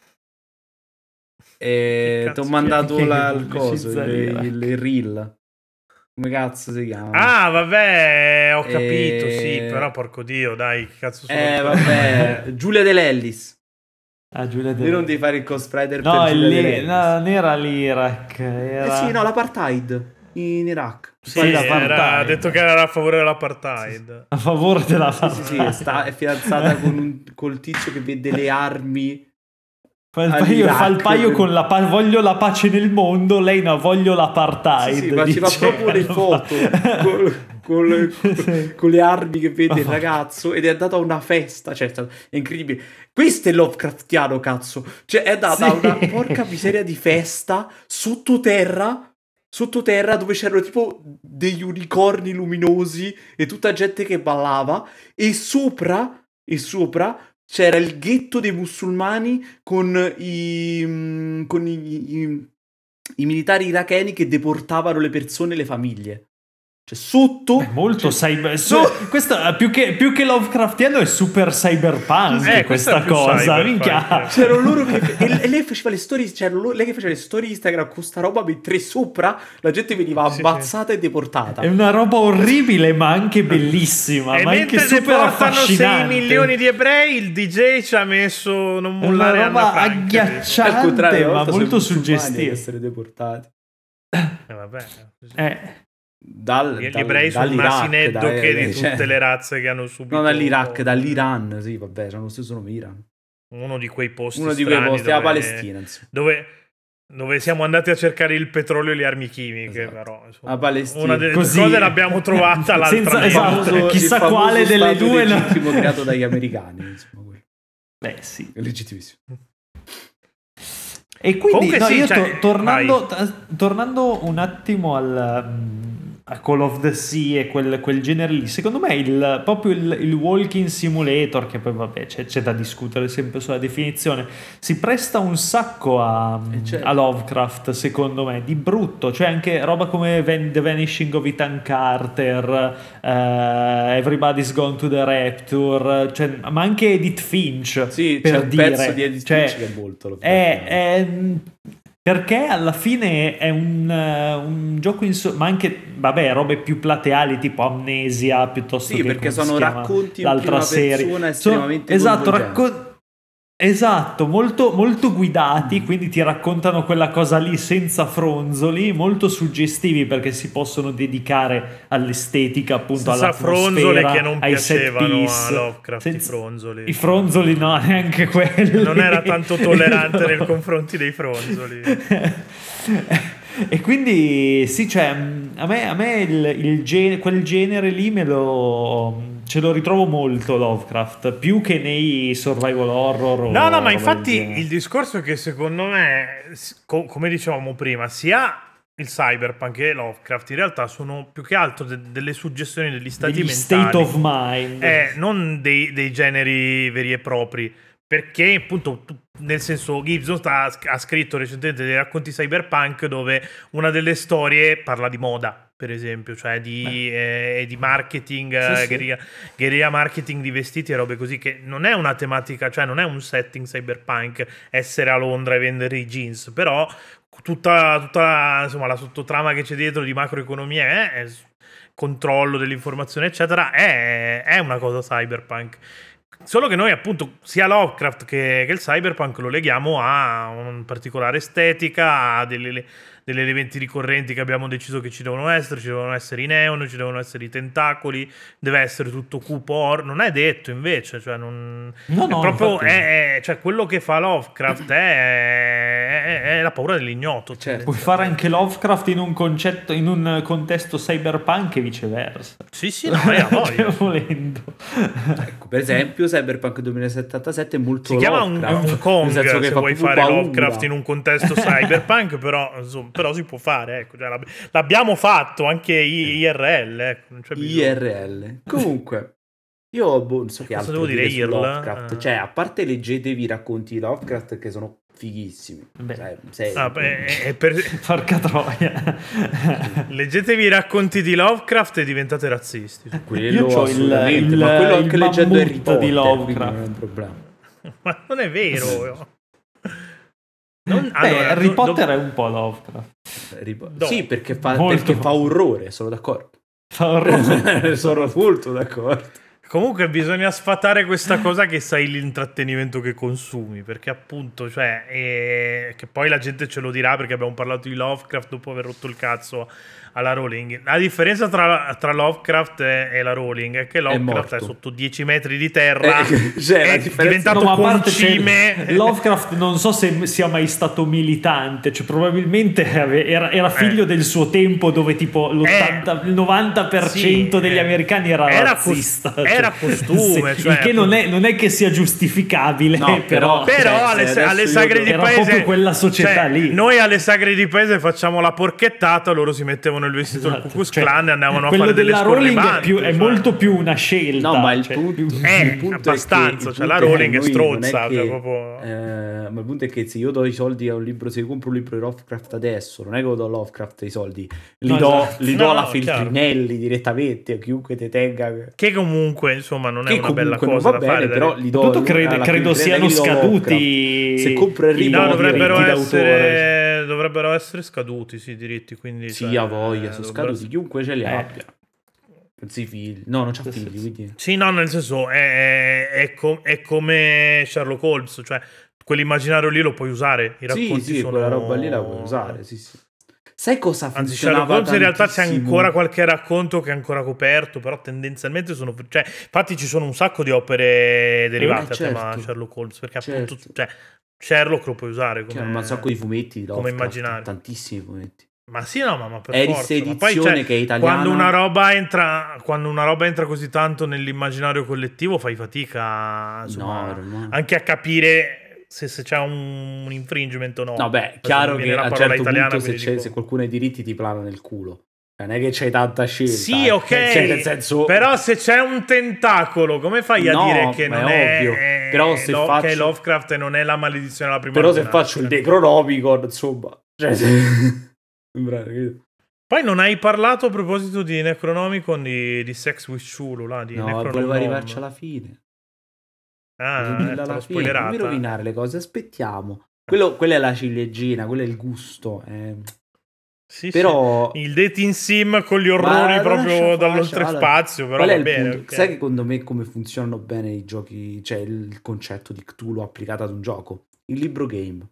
S1: Che
S3: E
S1: cazzo
S3: ti ho mandato
S2: che
S3: il coso,
S2: pubblicizza l'Iraq?
S3: il reel. Come cazzo si chiama?
S1: Ah, vabbè, ho capito, sì,
S3: Eh,
S1: però porco Dio, dai, che cazzo sono?
S3: vabbè, Giulia De Lellis.
S2: Giulia
S3: Lì non devi fare il cosplayer
S2: No,
S3: per Giulia De Lellis.
S2: no, non era l'Iraq. Era...
S3: Sì, no, l'apartheid in Iraq.
S1: Sì,
S2: Sì, l'apartheid.
S1: ha detto che era a favore dell'apartheid.
S2: A favore della
S3: Sì, è fidanzata col tizio che vede le armi.
S2: Fa il
S3: all'Iraq.
S2: paio con voglio la pace nel mondo, lei no, voglio l'apartheid.
S3: Sì, ma ci fa
S2: dice.
S3: proprio le foto con le armi che vede il ragazzo, ed è andato a una festa, cioè è incredibile. Questo è Lovecraftiano, cazzo. Cioè è andata a una porca miseria di festa sottoterra, dove c'erano tipo degli unicorni luminosi e tutta gente che ballava, e sopra c'era il ghetto dei musulmani con i militari iracheni che deportavano le persone e le famiglie. Cioè sotto...
S2: Molto questo più che Lovecraftiano è super cyberpunk questa cosa. Minchia.
S3: C'erano loro che... e lei faceva le storie, lei che faceva le storie Instagram con sta roba, mentre sopra la gente veniva ammazzata e deportata.
S2: È una roba orribile ma anche bellissima,
S1: e
S2: ma anche
S1: mentre
S2: super affascinante.
S1: 6 milioni di ebrei, il DJ ci ha messo non mollare
S2: una roba
S1: Anna Frank,
S2: agghiacciante ma molto suggestiva.
S3: Essere deportati.
S1: Vabbè.
S3: Gli
S1: ebrei sono un asineddo che di tutte le razze che hanno subito.
S3: No, dall'Iraq, dall'Iran, sì, vabbè, c'hanno lo stesso nome Iran.
S1: Uno di quei posti
S3: è la Palestina,
S1: dove siamo andati a cercare il petrolio e le armi chimiche,
S3: esatto.
S1: Però insomma,
S3: a Palestina.
S1: una delle cose l'abbiamo trovata l'altra
S2: esatto, chissà quale delle due
S3: legittimo creato dagli americani, insomma, quello.
S2: Beh, sì,
S3: è legittimissimo.
S2: E quindi
S1: comunque
S2: io
S1: cioè,
S2: tornando un attimo a Call of the Sea e quel genere lì, secondo me proprio il walking simulator, che poi vabbè c'è da discutere sempre sulla definizione, si presta un sacco a Lovecraft, secondo me, di brutto. Cioè anche roba come The Vanishing of Ethan Carter, Everybody's Gone to the Rapture, cioè, ma anche Edith Finch,
S3: sì,
S2: per
S3: c'è un
S2: dire.
S3: pezzo di Edith Finch che è molto
S2: perché alla fine è un gioco ma anche, vabbè, robe più plateali tipo Amnesia, piuttosto
S3: sì,
S2: che
S3: perché sono racconti in
S2: l'altra
S3: prima
S2: serie
S3: persona estremamente
S2: esatto, molto, molto guidati, quindi ti raccontano quella cosa lì senza fronzoli, molto suggestivi perché si possono dedicare all'estetica, appunto,
S1: senza fronzoli che non
S2: ai
S1: piacevano
S2: set
S1: a Lovecraft. I
S2: fronzoli no, neanche quelli.
S1: Non era tanto tollerante nei confronti dei fronzoli.
S2: E quindi sì, cioè a me quel genere lì ce lo ritrovo molto Lovecraft, più che nei survival horror.
S1: No, ma infatti il discorso è che secondo me, come dicevamo prima, sia il cyberpunk che Lovecraft in realtà sono più che altro delle suggestioni degli stati mentali,
S2: state of mind,
S1: non dei generi veri e propri. Perché appunto, nel senso, Gibson ha scritto recentemente dei racconti cyberpunk dove una delle storie parla di moda, per esempio, cioè di marketing,
S2: sì.
S1: guerrilla marketing di vestiti e robe così, che non è una tematica, cioè non è un setting cyberpunk essere a Londra e vendere i jeans, però tutta insomma, la sottotrama che c'è dietro di macroeconomia è controllo dell'informazione eccetera, è una cosa cyberpunk. Solo che noi appunto sia Lovecraft che il cyberpunk lo leghiamo a una particolare estetica, a degli elementi ricorrenti che abbiamo deciso che ci devono essere i neon, ci devono essere i tentacoli, deve essere tutto cupo, non è detto invece, cioè non
S2: no,
S1: proprio cioè quello che fa Lovecraft è la paura dell'ignoto.
S3: Certo.
S2: Puoi fare anche Lovecraft in un contesto cyberpunk e viceversa.
S1: Sì, no, è a voglia.
S2: Volendo.
S3: Ecco, per esempio Cyberpunk 2077 è molto
S1: si chiama un Kong,
S3: nel senso che
S1: se
S3: fa
S1: vuoi fare
S3: paura.
S1: Lovecraft in un contesto cyberpunk, però si può fare, ecco, cioè, l'abbiamo fatto anche IRL, ecco, non c'è bisogno.
S3: IRL. Comunque io non so che
S1: cosa
S3: altro
S1: devo dire
S3: su Lovecraft. Cioè, a parte leggetevi i racconti di Lovecraft che sono fighissimi.
S2: Porca troia.
S1: Leggetevi i racconti di Lovecraft e diventate razzisti.
S3: Quello assolutamente, ma quello anche leggendo Harry Potter di Lovecraft non è un problema.
S1: Ma non è vero.
S2: Harry Potter è un po' Lovecraft.
S3: Sì, perché fa orrore, sono d'accordo.
S2: Fa orrore.
S3: Sono molto d'accordo.
S1: Comunque bisogna sfatare questa cosa che sai l'intrattenimento che consumi, perché appunto, cioè, che poi la gente ce lo dirà perché abbiamo parlato di Lovecraft dopo aver rotto il cazzo alla Rowling. La differenza tra Lovecraft e la Rowling è che Lovecraft è sotto 10 metri di terra, è diventato concime.
S2: Lovecraft non so se sia mai stato militante, cioè probabilmente era figlio del suo tempo, dove tipo il 90% degli americani era razzista.
S1: Era costume,
S2: sì, cioè, il che non è che sia giustificabile,
S3: no, però
S1: alle sagre di
S2: era
S1: paese,
S2: proprio quella società lì.
S1: Noi alle sagre di paese facciamo la porchettata, loro si mettevano il vestito del Ku Klux Klan e andavano a fare delle scorribanti.
S2: È molto più una scelta.
S3: No, ma il punto
S1: abbastanza,
S3: è che,
S1: cioè la Rowling è stronza, cioè, proprio...
S3: ma il punto è che se io do i soldi a un libro, se io compro un libro di Lovecraft adesso, non è che lo do a Lovecraft i soldi, li do alla Feltrinelli direttamente, a chiunque te tenga,
S1: che comunque insomma non è una bella cosa da fare,
S3: però li do.
S2: Tutto credo siano scaduti.
S3: Se compro il libro,
S1: dovrebbero essere scaduti i diritti, quindi
S3: sì, a voglia, sono scaduti, chiunque ce li abbia. Figli. No, non c'ha figli, quindi.
S1: Sì, no, nel senso è come Sherlock Holmes, cioè quell'immaginario lì lo puoi usare, i racconti sono...
S3: quella roba lì la puoi usare, sì. Sai cosa funzionava?
S1: Anzi, Sherlock Holmes in realtà c'è ancora qualche racconto che è ancora coperto, però tendenzialmente sono... Cioè, infatti ci sono un sacco di opere derivate a tema Sherlock Holmes, perché appunto cioè, Sherlock lo puoi usare come...
S3: C'è un sacco di fumetti,
S1: come immaginario.
S3: Tantissimi fumetti.
S1: Ma sì, no, ma per
S3: forza.
S1: Ma poi
S3: che è italiana.
S1: Quando una roba entra così tanto nell'immaginario collettivo, fai fatica, insomma, anche a capire se c'è un infringement o no.
S3: No, beh, chiaro che a un certo punto se qualcuno ha i diritti ti plana nel culo. Non è che c'hai tanta scelta.
S1: Sì, ok.
S3: Nel senso...
S1: Però se c'è un tentacolo, come fai a dire che non è ovvio?
S3: Però se faccio...
S1: che è Lovecraft e non è la maledizione della prima
S3: Però se faccio il Necronomicon, insomma...
S1: Poi non hai parlato a proposito di Necronomicon di Sex with Cthulhu, là, di
S3: Necronomicon. Volevo arrivarci alla fine.
S1: L'ho spoilerata.
S3: Non mi rovinare le cose, aspettiamo. Quella è la ciliegina, quello è il gusto.
S1: Sì,
S3: però
S1: il dating sim con gli orrori proprio dall'oltrespazio, però va bene. Okay.
S3: Sai che secondo me come funzionano bene i giochi, cioè il concetto di Cthulhu applicato ad un gioco? Il libro game.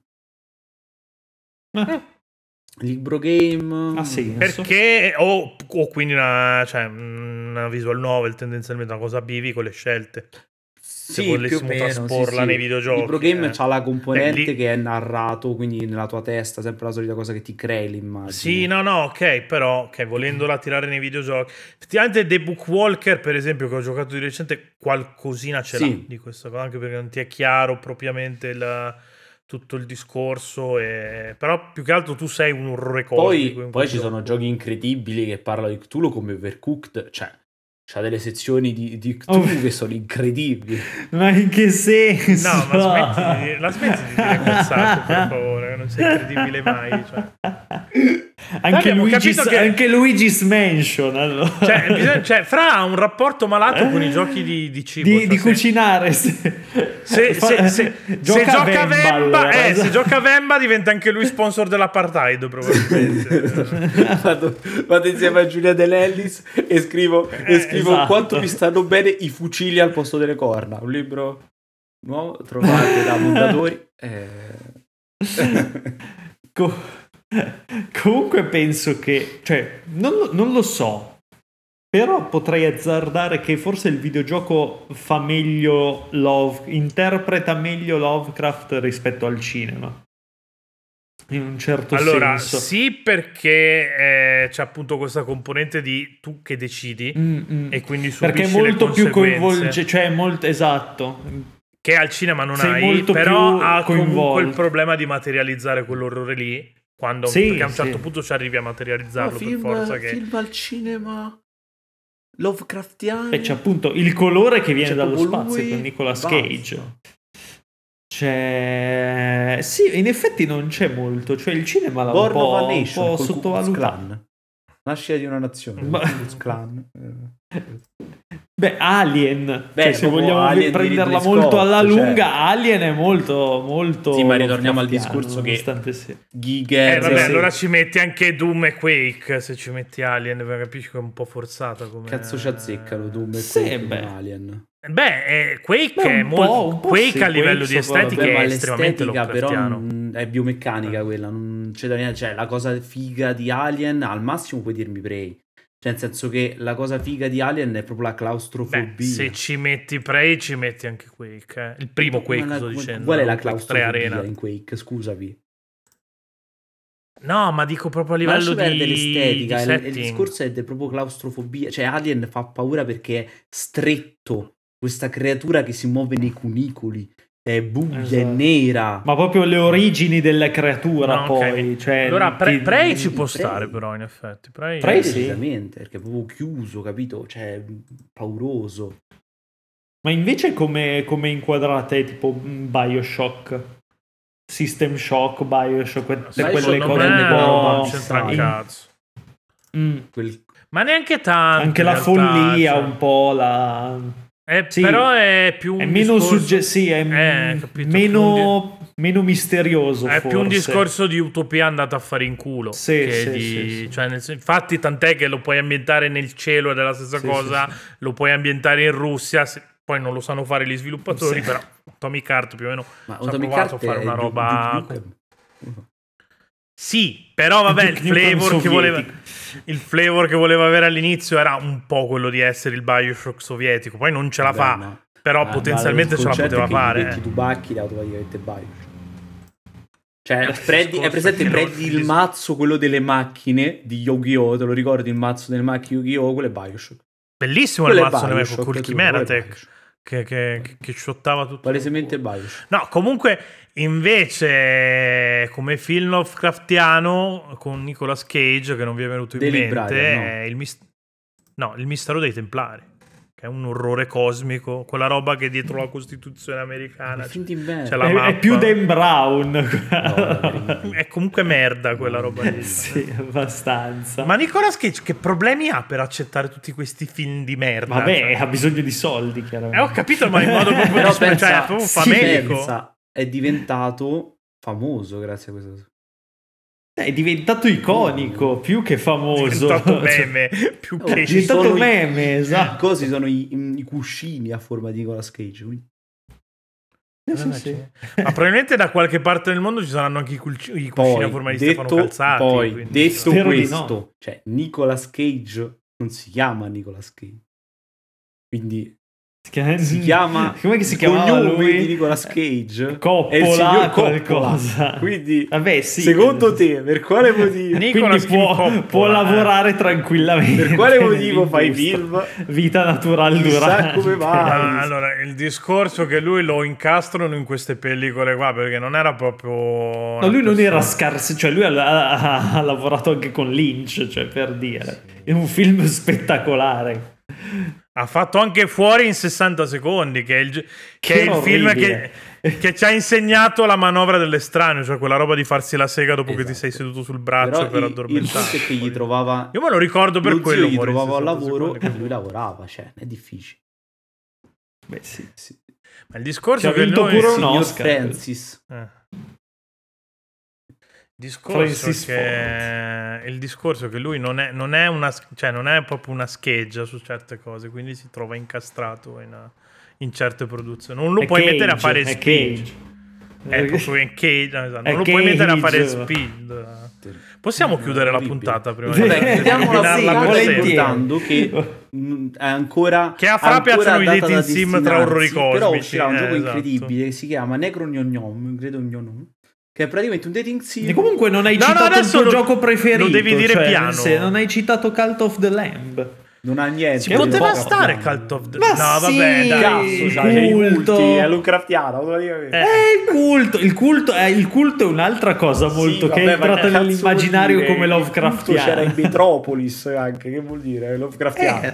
S3: Libro game
S1: perché o quindi una visual novel, tendenzialmente una cosa bivi con le scelte. Se volessimo trasporla nei videogiochi.
S3: Il libro game c'ha la componente che è narrato, quindi nella tua testa, sempre la solita cosa che ti crei l'immagine.
S1: Sì, no, ok, però volendola tirare nei videogiochi. Effettivamente The Bookwalker, per esempio, che ho giocato di recente, qualcosina ce l'ha di questa cosa, anche perché non ti è chiaro propriamente tutto il discorso, però più che altro tu sei un orrore cosmico.
S3: Poi ci sono giochi incredibili che parlano di Cthulhu come Overcooked, cioè c'ha delle sezioni di Cthulhu che sono incredibili.
S2: Ma in che senso?
S1: No, ma smetti di dire cazzate, per favore, non sei incredibile mai, cioè.
S2: Anche Luigi's Mansion, allora.
S1: Cioè, Fra ha un rapporto malato con i giochi di cibo,
S2: di cucinare.
S1: Se gioca Vemba diventa anche lui sponsor dell'apartheid, probabilmente.
S3: Vado insieme a Giulia De Lellis e scrivo esatto. Quanto mi stanno bene i fucili al posto delle corna, un libro nuovo trovato da Mondadori.
S2: Comunque penso che, cioè, non lo so, però potrei azzardare che forse il videogioco fa meglio interpreta meglio Lovecraft rispetto al cinema, in un certo senso.
S1: Allora, sì, perché c'è appunto questa componente di tu che decidi e quindi subisci
S2: perché è molto più
S1: coinvolge,
S2: cioè molto esatto.
S1: Che al cinema non hai, però ha comunque il problema di materializzare quell'orrore lì. Perché a un certo punto ci arrivi a materializzarlo per forza.
S3: Film al cinema Lovecraftiano.
S2: E c'è appunto il colore che viene dallo spazio con Nicolas Cage. Sì, in effetti non c'è molto. Cioè il cinema l'ha un po' sottovalutato.
S3: Nascita di una nazione. Clan.
S2: Beh, Alien,
S3: Beh,
S2: cioè, se
S3: proprio
S2: vogliamo
S3: Alien di
S2: prenderla
S3: Ridley
S2: molto
S3: Scott,
S2: alla lunga,
S3: cioè.
S2: Alien è molto
S3: Sì, ma ritorniamo al
S2: Lovecraftiano,
S3: discorso che
S2: nonostante sia.
S3: Giger
S1: Vabbè,
S2: sì.
S1: allora ci metti anche Doom e Quake, se ci metti Alien, capisci che è un po' forzata come...
S3: cazzo ci azzeccano Doom e
S2: Sì,
S3: Quake
S2: beh.
S3: con Alien.
S1: Beh, Quake
S2: Beh,
S1: è
S2: un
S1: molto...
S2: po', un po'
S1: Quake
S2: sì,
S1: a livello
S2: Quake
S1: di estetica
S3: Beh,
S1: è
S3: ma
S1: estremamente
S3: l'estetica però
S1: Lovecraftiano.
S3: è biomeccanica quella, non c'è da niente, cioè la cosa figa di Alien al massimo puoi dirmi Prey, cioè nel senso che la cosa figa di Alien è proprio la
S1: Beh,
S3: claustrofobia.
S1: se ci metti Prey ci metti anche Quake, eh. Il primo Quake sto dicendo.
S3: Qual è la
S1: non Quake 3
S3: claustrofobia
S1: Arena.
S3: in Quake, scusami?
S1: No, ma dico proprio a
S3: Ma
S1: livello
S3: lascia perdere
S1: di
S3: l'estetica, il
S1: setting.
S3: discorso è proprio claustrofobia, cioè Alien fa paura perché è stretto, questa creatura che si muove nei cunicoli, è buia, è
S2: Esatto.
S3: nera.
S2: Ma proprio le origini della creatura,
S1: No, ok.
S2: poi. Cioè,
S1: Allora, Prey ci può
S3: Prey.
S1: stare però, in effetti.
S2: Prey sì.
S3: Decisamente, perché è proprio chiuso, capito? Cioè, pauroso.
S2: Ma invece come inquadrate tipo BioShock? System Shock, BioShock,
S3: Bioshock
S2: quelle
S3: non
S2: cose
S3: prende
S2: un
S3: quella roba
S2: po'...
S1: non c'entra un
S3: sai.
S1: cazzo.
S2: Mm.
S1: Ma neanche tanto.
S2: Anche
S1: in
S2: la
S1: realtà,
S2: follia,
S1: cioè.
S2: un po' la... Sì.
S1: Però è più un
S2: È meno
S1: discorso...
S2: sì, è
S1: capito,
S2: meno misterioso,
S1: è
S2: forse.
S1: più un discorso di utopia andata a fare in culo.
S2: Sì,
S1: che
S2: sì,
S1: di...
S2: sì.
S1: Cioè, infatti, tant'è che lo puoi ambientare nel cielo ed è la stessa
S2: Sì,
S1: cosa.
S2: sì.
S1: Lo puoi ambientare in Russia. Poi non lo sanno fare gli sviluppatori,
S2: Sì.
S1: però Atomic Heart più o meno
S3: Ma
S1: ci ha
S3: Atomic
S1: provato a
S3: Heart
S1: fare
S3: è
S1: una roba...
S3: Duke Nukem.
S1: Sì, però vabbè,
S2: Duke Nukem sovietico.
S1: il flavor che voleva avere all'inizio era un po' quello di essere il BioShock sovietico. Poi non ce la fa,
S3: ma-
S1: però
S3: ma
S1: potenzialmente
S3: il
S1: ce la
S3: concetto
S1: poteva
S3: è che
S1: fare.
S3: Gli metti tubacchi automaticamente Bioshock. Cioè,
S1: Il
S3: prendi,
S1: discorso
S3: è presente,
S1: è che
S3: prendi il mazzo, quello delle macchine di Yu-Gi-Oh! Te lo ricordi il mazzo delle macchine Yu-Gi-Oh! Quello è Bioshock.
S1: Bellissimo
S3: Quello
S1: il
S3: è
S1: mazzo
S3: Bioshock,
S1: col
S3: quello è
S1: Chimeratech
S3: Bioshock.
S1: che shottava tutto.
S3: Palesemente Bioshock.
S1: No, comunque invece come film Lovecraftiano con Nicolas Cage, che non vi è venuto in
S3: Daily
S1: mente,
S3: Brother, no.
S1: è il mistero dei Templari, che è un orrore cosmico, quella roba che dietro la Costituzione americana
S3: È finto in merda.
S1: c'è la mappa.
S2: È più Dan Brown.
S3: No,
S1: È comunque merda quella roba lì.
S2: Sì, abbastanza.
S1: Ma Nicolas Cage che problemi ha per accettare tutti questi film di merda?
S2: Vabbè,
S1: Cioè,
S2: ha bisogno di soldi, chiaramente.
S1: ho capito, ma in modo proprio
S3: Però
S1: cioè,
S3: pensa,
S1: è proprio
S3: sì,
S1: famelico.
S3: pensa, è diventato famoso grazie a questa cosa.
S2: È diventato iconico, più che
S1: È
S2: famoso.
S1: diventato
S2: Cioè,
S1: meme, più
S3: Oh,
S1: che
S2: è diventato
S3: sono i-
S2: meme, esatto.
S3: Così sono i cuscini a forma di Nicolas Cage. quindi-
S2: Sì.
S1: Ma probabilmente da qualche parte del mondo ci saranno anche i cuscini a forma di Stefano Calzati.
S3: poi,
S1: quindi-
S3: detto
S2: Spero di
S3: questo,
S2: no.
S3: cioè Nicolas Cage non si chiama Nicolas Cage. Quindi si chiama
S2: Come si
S3: il
S2: chiamava
S3: cognome
S2: lui?
S3: di Nicolas Cage
S2: Coppola,
S3: è il signor
S2: qualcosa.
S3: Coppola. Quindi
S2: Vabbè, sì.
S3: secondo te per quale motivo
S1: Nicolas
S2: Quindi
S1: Coppola,
S2: può lavorare tranquillamente.
S3: per quale motivo fai
S2: nell'industria.
S3: film?
S2: Vita naturale
S3: Chissà
S2: durante.
S3: come mai.
S1: Ah, allora, il discorso è che lui lo incastrano in queste pellicole qua perché non era proprio...
S2: No, lui non era scarso, cioè lui ha lavorato anche con Lynch, cioè per dire. È un film spettacolare.
S1: Ha fatto anche Fuori in 60 secondi, che è il
S2: Era
S1: film
S2: orribile.
S1: che ci ha insegnato la manovra dell'estraneo, cioè quella roba di farsi la sega dopo che ti
S3: Esatto.
S1: sei seduto sul braccio
S3: Però
S1: per
S3: il punto
S1: addormentarti.
S3: è che gli trovava
S1: Io me lo ricordo per
S3: lo
S1: quello.
S3: zio gli
S1: Fuori in
S3: trovava
S1: 60
S3: lavoro
S1: secondi.
S3: e lui lavorava, cioè è difficile.
S2: Beh, sì.
S1: Ma il discorso
S2: Ci
S1: è
S2: ha
S1: che
S2: vinto
S1: lui...
S2: pure un
S3: Signor
S2: Oscar.
S3: Francis.
S1: Il discorso è che lui non è una, cioè non è proprio una scheggia su certe cose, quindi si trova incastrato in certe produzioni. Non lo
S2: È
S1: puoi
S2: Cage,
S1: mettere a fare
S2: è
S1: speed.
S2: Cage.
S1: È proprio in Cage, esatto.
S2: È
S1: Non lo puoi mettere a fare
S2: Cage.
S1: speed. Possiamo chiudere la
S3: Orribile.
S1: puntata prima
S3: Vabbè,
S1: di
S3: chiudiamola
S1: terminarla per
S2: volentieri.
S1: sempre?
S3: ricordando che è ancora
S1: Che a Fra piacciono i
S3: data
S1: dating
S3: da
S1: sim tra
S3: destinarsi,
S1: orrori
S3: però
S1: cosmici,
S3: uscirà un gioco
S1: esatto.
S3: incredibile che si chiama Necro Gnom, credo Gnom, che è praticamente un dating sim.
S2: E comunque non hai
S1: No, no,
S2: citato il
S1: adesso
S2: tuo
S1: lo-
S2: gioco preferito.
S1: lo devi dire
S2: cioè,
S1: piano.
S2: se non hai citato Cult of the Lamb.
S3: Non ha niente.
S1: Ci
S2: Che
S1: poteva
S2: un po'
S1: stare Cult of the...
S2: Ma
S1: No,
S2: sì,
S1: vabbè, dai.
S3: Cazzo, c'ha
S2: il
S3: i
S2: culto.
S3: multi, è Lovecraftiano, praticamente.
S2: Il culto è un'altra cosa molto
S3: Sì,
S2: che
S3: vabbè,
S2: è entrata
S3: ma che cazzo
S2: nell'immaginario
S3: vuol dire?
S2: come
S3: Il culto
S2: Lovecraftiano.
S3: c'era in Metropolis anche, che vuol dire? Lovecraftiano.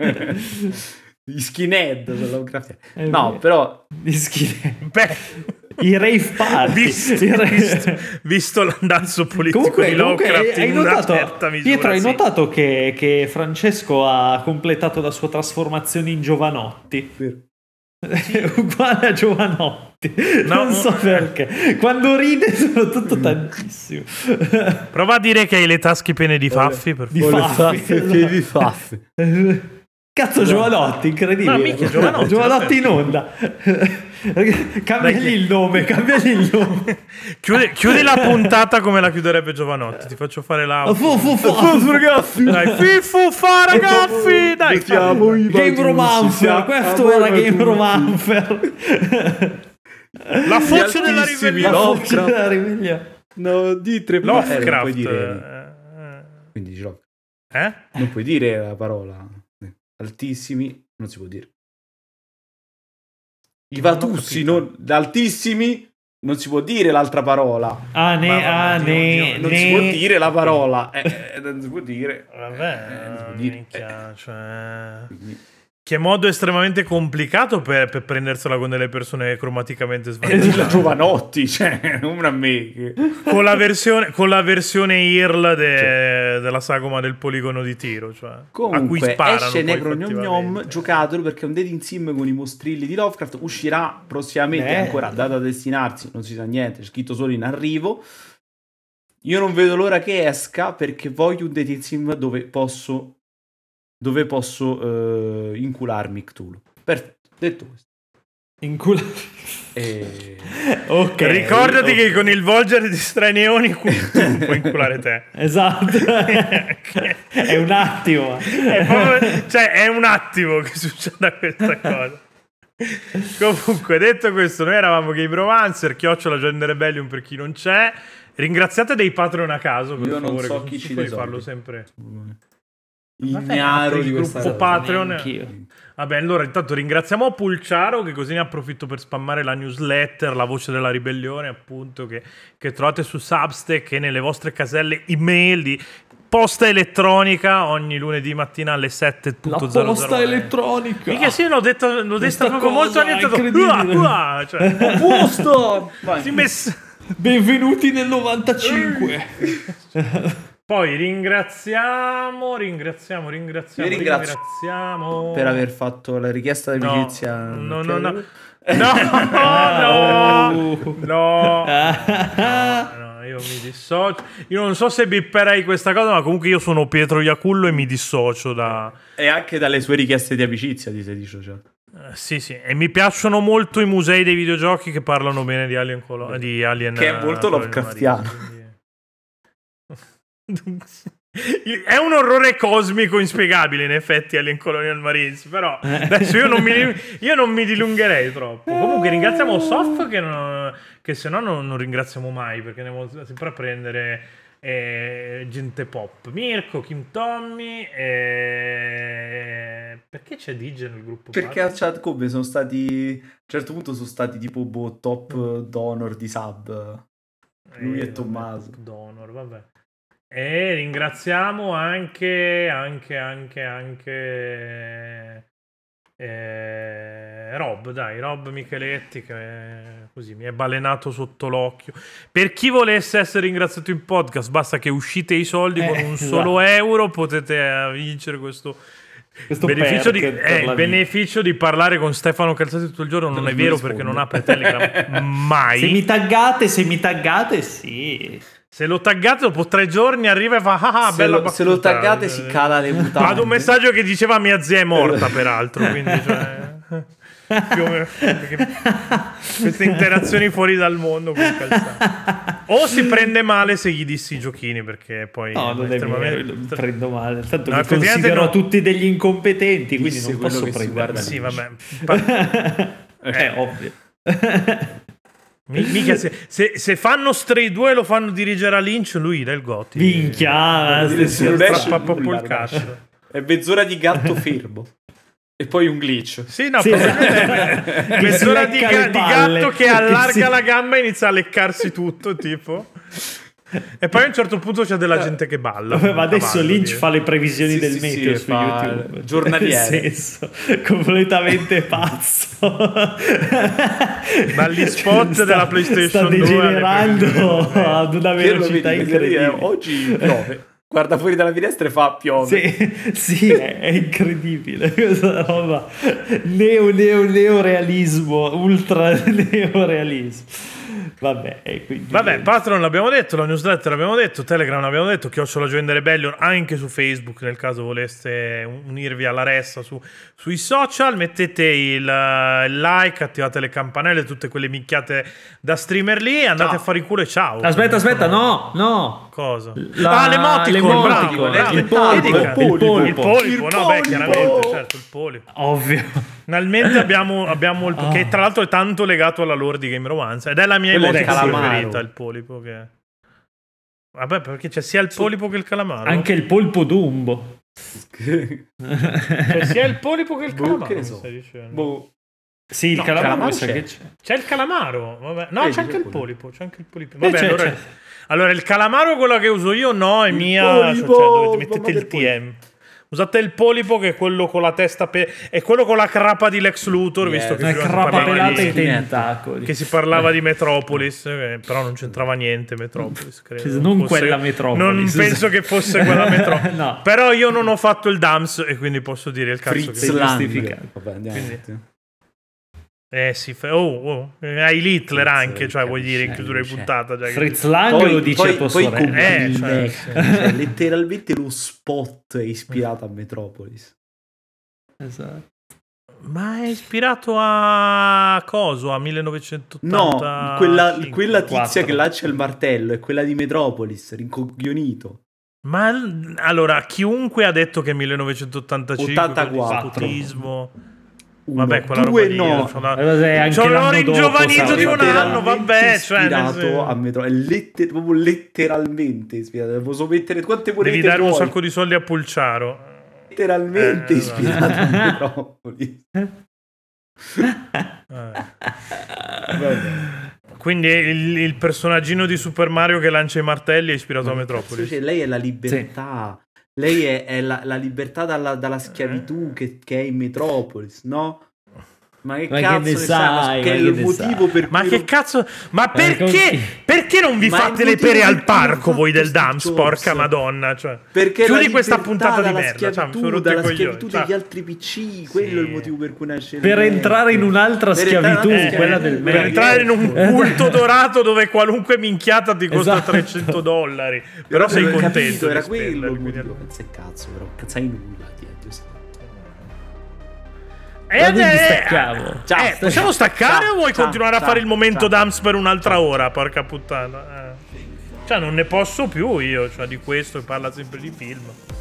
S3: Gli skinhead sono Lovecraftiani.
S2: È
S3: No,
S2: vero.
S3: però
S2: Di schifo.
S1: Beh,
S2: I rave party.
S1: Visto l'andazzo politico
S2: Comunque,
S1: di Lovecraft
S2: hai
S1: in una
S2: notato,
S1: certa misura,
S2: Pietro, hai
S1: sì.
S2: notato che Francesco ha completato la sua trasformazione in Giovanotti? Uguale a Giovanotti.
S1: No,
S2: Non so perché. Quando ride sono tutto tantissimo.
S1: Prova a dire che hai le tasche piene di faffi, per
S2: Di
S1: favore.
S2: faffi.
S3: faffi.
S2: Cazzo, Giovanotti, incredibile.
S1: No, mica Giovanotti,
S2: Giovanotti in onda. Cambiagli il nome,
S1: Chiudi la puntata come la chiuderebbe Giovanotti. Ti faccio fare la...
S3: ragazzi.
S1: Dai, fifu fa ragazzi. Dai,
S2: Game Romanfer. Questo era Game Romanfer.
S1: la foce della
S3: altissimi
S1: ribellione.
S3: No, di tre
S1: Lovecraft.
S3: non puoi dire. Quindi dici Lovecraft. Non puoi dire la parola. Altissimi, non si può dire. I Vatussi, altissimi, non si può dire l'altra parola. Non si può dire la parola. Non si può dire.
S1: Vabbè,
S3: non si può dire.
S1: minchia, cioè... Che modo estremamente complicato per prendersela con delle persone cromaticamente
S3: La
S1: svantaggiate.
S3: Giovanotti, cioè, non a me.
S1: Con la versione IRL della sagoma del poligono di tiro, cioè,
S3: Comunque,
S1: a cui sparano.
S3: esce
S1: poi
S3: Necro Gnom Gnom,
S1: effettivamente.
S3: giocatelo perché è un dating sim con i mostrilli di Lovecraft. Uscirà prossimamente, ancora data a destinarsi, non si sa niente, c'è scritto solo in arrivo. Io non vedo l'ora che esca perché voglio un dating sim dove posso incularmi Cthulhu. Perfetto, detto questo.
S2: Ok.
S1: Ricordati che con il volgere di Stranioni tu puoi inculare te.
S2: Esatto. È un attimo.
S1: È un attimo che succeda questa cosa. Comunque, detto questo, noi eravamo Game Romancer, @Gender Rebellion per chi non c'è. Ringraziate dei Patreon a caso, per
S3: Io non
S1: favore,
S3: so
S1: che
S3: chi ci
S1: puoi
S3: dei
S1: farlo
S3: soldi.
S1: sempre.
S3: Ignaro
S1: il
S3: di questa
S1: gruppo
S3: cosa.
S1: Patreon.
S2: Neanch'io.
S1: Vabbè, allora intanto ringraziamo Pulciaro, che così ne approfitto per spammare la newsletter, la voce della ribellione, appunto, che trovate su Substack e nelle vostre caselle email di posta elettronica ogni lunedì mattina alle 7.00.
S2: La posta elettronica.
S1: Mica sì, l'ho detto proprio molto orientato.
S2: incredibile.
S1: Cioè,
S3: Posto! Vai.
S2: Benvenuti nel 95.
S1: Poi ringraziamo.
S3: Io ringrazio per aver fatto la richiesta di amicizia.
S1: No. Io mi dissocio. Io non so se bipperei questa cosa, ma comunque io sono Pietro Iacullo e mi dissocio da...
S3: E anche dalle sue richieste di amicizia ti sei dissociato.
S1: Sì, e mi piacciono molto i musei dei videogiochi che parlano bene di Alien
S3: che è molto Lovecraftiano.
S1: È un orrore cosmico inspiegabile, in effetti, Alien Colonial Marines. Però adesso io non mi dilungherei troppo. Comunque ringraziamo Sof che se no non ringraziamo mai, perché andiamo sempre a prendere gente pop. Mirko, Kim Tommy, perché c'è Digi nel gruppo?
S3: Perché a chat come sono stati, a un certo punto sono stati tipo top donor di sub. Lui e Tommaso.
S1: Donor, vabbè. E ringraziamo anche Rob Micheletti, che così mi è balenato sotto l'occhio. Per chi volesse essere ringraziato in podcast, basta che uscite i soldi con un solo euro, potete vincere questo beneficio beneficio di parlare con Stefano Calzati tutto il giorno. Non è vero, perché non apre Telegram mai.
S2: Se mi taggate, sì.
S1: Se lo taggate dopo 3 giorni arriva e fa bella battuta.
S3: Se lo taggate si cala le mutande.
S1: Vado un messaggio che diceva mia zia è morta, peraltro, quindi più o meno, queste interazioni fuori dal mondo con Calzati. O si prende male se gli dissi i giochini, perché poi
S2: non
S1: estremamente...
S2: prendo male, tanto
S1: No,
S2: mi considero tutti degli incompetenti, quindi non posso prendere.
S1: Sì, vabbè.
S2: È ovvio.
S1: Mica se fanno Stray 2 e lo fanno dirigere a Lynch, lui dà il Gotti.
S2: Minchia,
S1: strappa proprio il cash.
S3: È mezz'ora di gatto fermo e poi un glitch.
S1: Sì, no, mezz'ora di gatto che allarga la gamba e inizia a leccarsi tutto, tipo. E poi a un certo punto c'è della gente che balla.
S2: Vabbè, ma adesso
S1: Cavallo,
S2: Lynch
S1: dire.
S2: fa le previsioni
S3: Sì,
S2: del
S3: sì,
S2: meteo
S3: sì,
S2: su
S3: fa
S2: YouTube.
S3: giornaliere.
S2: Nel senso, completamente pazzo.
S1: Dagli spot della PlayStation
S2: sta
S1: 2 alle
S2: degenerando
S1: previsioni.
S2: ad una
S3: Che lo
S2: velocità
S3: vedi,
S2: incredibile.
S3: oggi piove. Guarda fuori dalla finestra e fa piove.
S2: Sì, è incredibile questa roba. Neorealismo, ultra neorealismo. Vabbè, e quindi
S1: Vabbè, Patreon l'abbiamo detto, la newsletter l'abbiamo detto, Telegram l'abbiamo detto, @Join the Rebellion anche su Facebook nel caso voleste unirvi alla ressa sui social, mettete il like, attivate le campanelle, tutte quelle minchiate da streamer lì, andate
S3: Ciao.
S1: a fare il culo e ciao.
S2: Aspetta, no.
S1: Cosa?
S2: L'emoticon,
S1: bravo,
S2: il
S1: dedica.
S2: polpo.
S1: Il polipo, no, beh, chiaramente, certo, il polipo.
S2: Ovvio.
S1: Finalmente abbiamo il che tra l'altro è tanto legato alla lore di Game Romance ed è la mia
S3: Quello è il
S1: emoticon
S3: calamaro.
S1: preferita, il polipo che... Vabbè, perché c'è sia il polipo che il calamaro.
S2: Anche il polpo Dumbo.
S1: Cioè, sia il polipo che il
S3: Boh,
S1: calamaro,
S3: che ne
S1: mi
S3: so.
S1: stai dicendo.
S3: Boh.
S2: Sì, il
S3: No,
S2: calamaro
S3: calamaro
S2: mi sa
S3: c'è.
S2: che c'è.
S1: C'è il calamaro, vabbè. No,
S3: Vedi,
S1: c'è anche il
S3: quello.
S1: polipo, c'è anche il polipo. Vabbè,
S2: c'è,
S1: allora...
S2: c'è.
S1: Allora, il calamaro, quello che uso io, no, è
S3: Il
S1: mia...
S3: polipo,
S1: cioè, dovete mettete
S3: mamma
S1: il
S3: del polipo.
S1: TM. Usate il polipo, che è quello con la testa... è quello con la crapa di Lex Luthor,
S3: Yes.
S1: visto che
S2: Una
S1: prima si
S2: crapa
S1: parlava
S2: pelata
S1: di-
S2: ai tentacoli.
S1: che si parlava di Metropolis, però non c'entrava niente Metropolis, credo.
S2: Non
S1: Fosse-
S2: quella Metropolis.
S1: Non penso che fosse quella Metropolis.
S2: No.
S1: Però io non ho fatto il DAMS e quindi posso dire il cazzo
S3: Fritz
S1: che...
S2: Sei
S3: Lang.
S2: giustificato.
S3: Vabbè, andiamo
S1: Quindi-
S3: avanti.
S1: sì, hai l'Hitler
S3: Fritz,
S1: anche, cioè vuoi dire in chiusura di
S3: capisci.
S1: puntata già che-
S2: Fritz Lang lo dice a tua sorella.
S3: complimenti,
S1: cioè,
S3: cioè, letteralmente lo spot è ispirato a Metropolis.
S2: Esatto.
S1: Ma è ispirato a coso? A 1980?
S3: No, quella tizia
S2: 4.
S3: che lancia il martello è quella di Metropolis, rincoglionito.
S1: Ma allora, chiunque ha detto che 1985
S3: 84.
S1: scutismo...
S3: Uno,
S1: Vabbè, quella
S3: due
S1: roba lì,
S3: no.
S2: Anche
S1: Ci ho
S2: l'anno
S1: ringiovanito
S2: dopo,
S1: di un
S2: sai.
S1: anno, vabbè, cioè, nel
S3: ispirato
S1: senso-
S3: a Metropolis, è proprio letteralmente ispirato. Posso mettere quante monete
S1: Devi dare un
S3: vuoi.
S1: sacco di soldi a Pulciaro.
S3: Letteralmente
S1: esatto.
S3: ispirato a Metropolis. Vabbè.
S1: Quindi il personaggino di Super Mario che lancia i martelli è ispirato a Metropolis.
S3: Cioè, lei è la libertà. Lei è la libertà dalla schiavitù che è in Metropolis, no? Ma che
S2: Ma che
S3: cazzo
S2: ne
S3: ne sai?
S2: sai,
S3: Che è
S2: ma
S3: il
S2: che ne
S3: motivo per
S1: Ma
S3: cui
S1: che
S3: non-
S1: cazzo? Ma perché?
S2: così.
S1: Perché non vi
S3: Ma
S1: fate
S3: il
S1: le
S3: motivo
S1: pere
S3: per
S1: al
S3: cui
S1: parco
S3: hanno
S1: voi del
S3: fatto
S1: Dams?
S3: Steve
S1: Porca
S3: Jobs?
S1: madonna, cioè.
S3: Perché
S1: Chiudi
S3: la
S1: questa
S3: libertà
S1: puntata di
S3: dalla
S1: merda, cioè, mi sono
S3: schiavitù,
S1: rotto i
S3: dalla
S1: coglioni,
S3: schiavitù
S1: cioè.
S3: degli altri PC, quello è il motivo per cui nasce
S2: Per
S3: il
S2: entrare in un'altra
S3: Per entrare in
S2: schiavitù,
S3: un'altra
S2: quella
S3: schiavitù,
S2: del
S1: Per
S2: merda.
S1: entrare in un culto dorato dove qualunque minchiata ti costa
S2: Esatto.
S1: $300. Però sei
S3: Avevo
S1: contento
S3: capito,
S1: di
S3: era quello
S1: spenderli,
S3: il
S1: quindi-
S3: motivo. Cazzo e cazzo, però cazzai nulla dietro.
S2: Quindi staccavo.
S3: Ciao.
S1: Possiamo staccare
S3: Ciao,
S1: o vuoi
S3: ciao,
S1: continuare a
S3: ciao,
S1: fare il momento
S3: ciao.
S1: Dams per un'altra ora? Porca puttana. Cioè, non ne posso più io, cioè, di questo e parla sempre di film.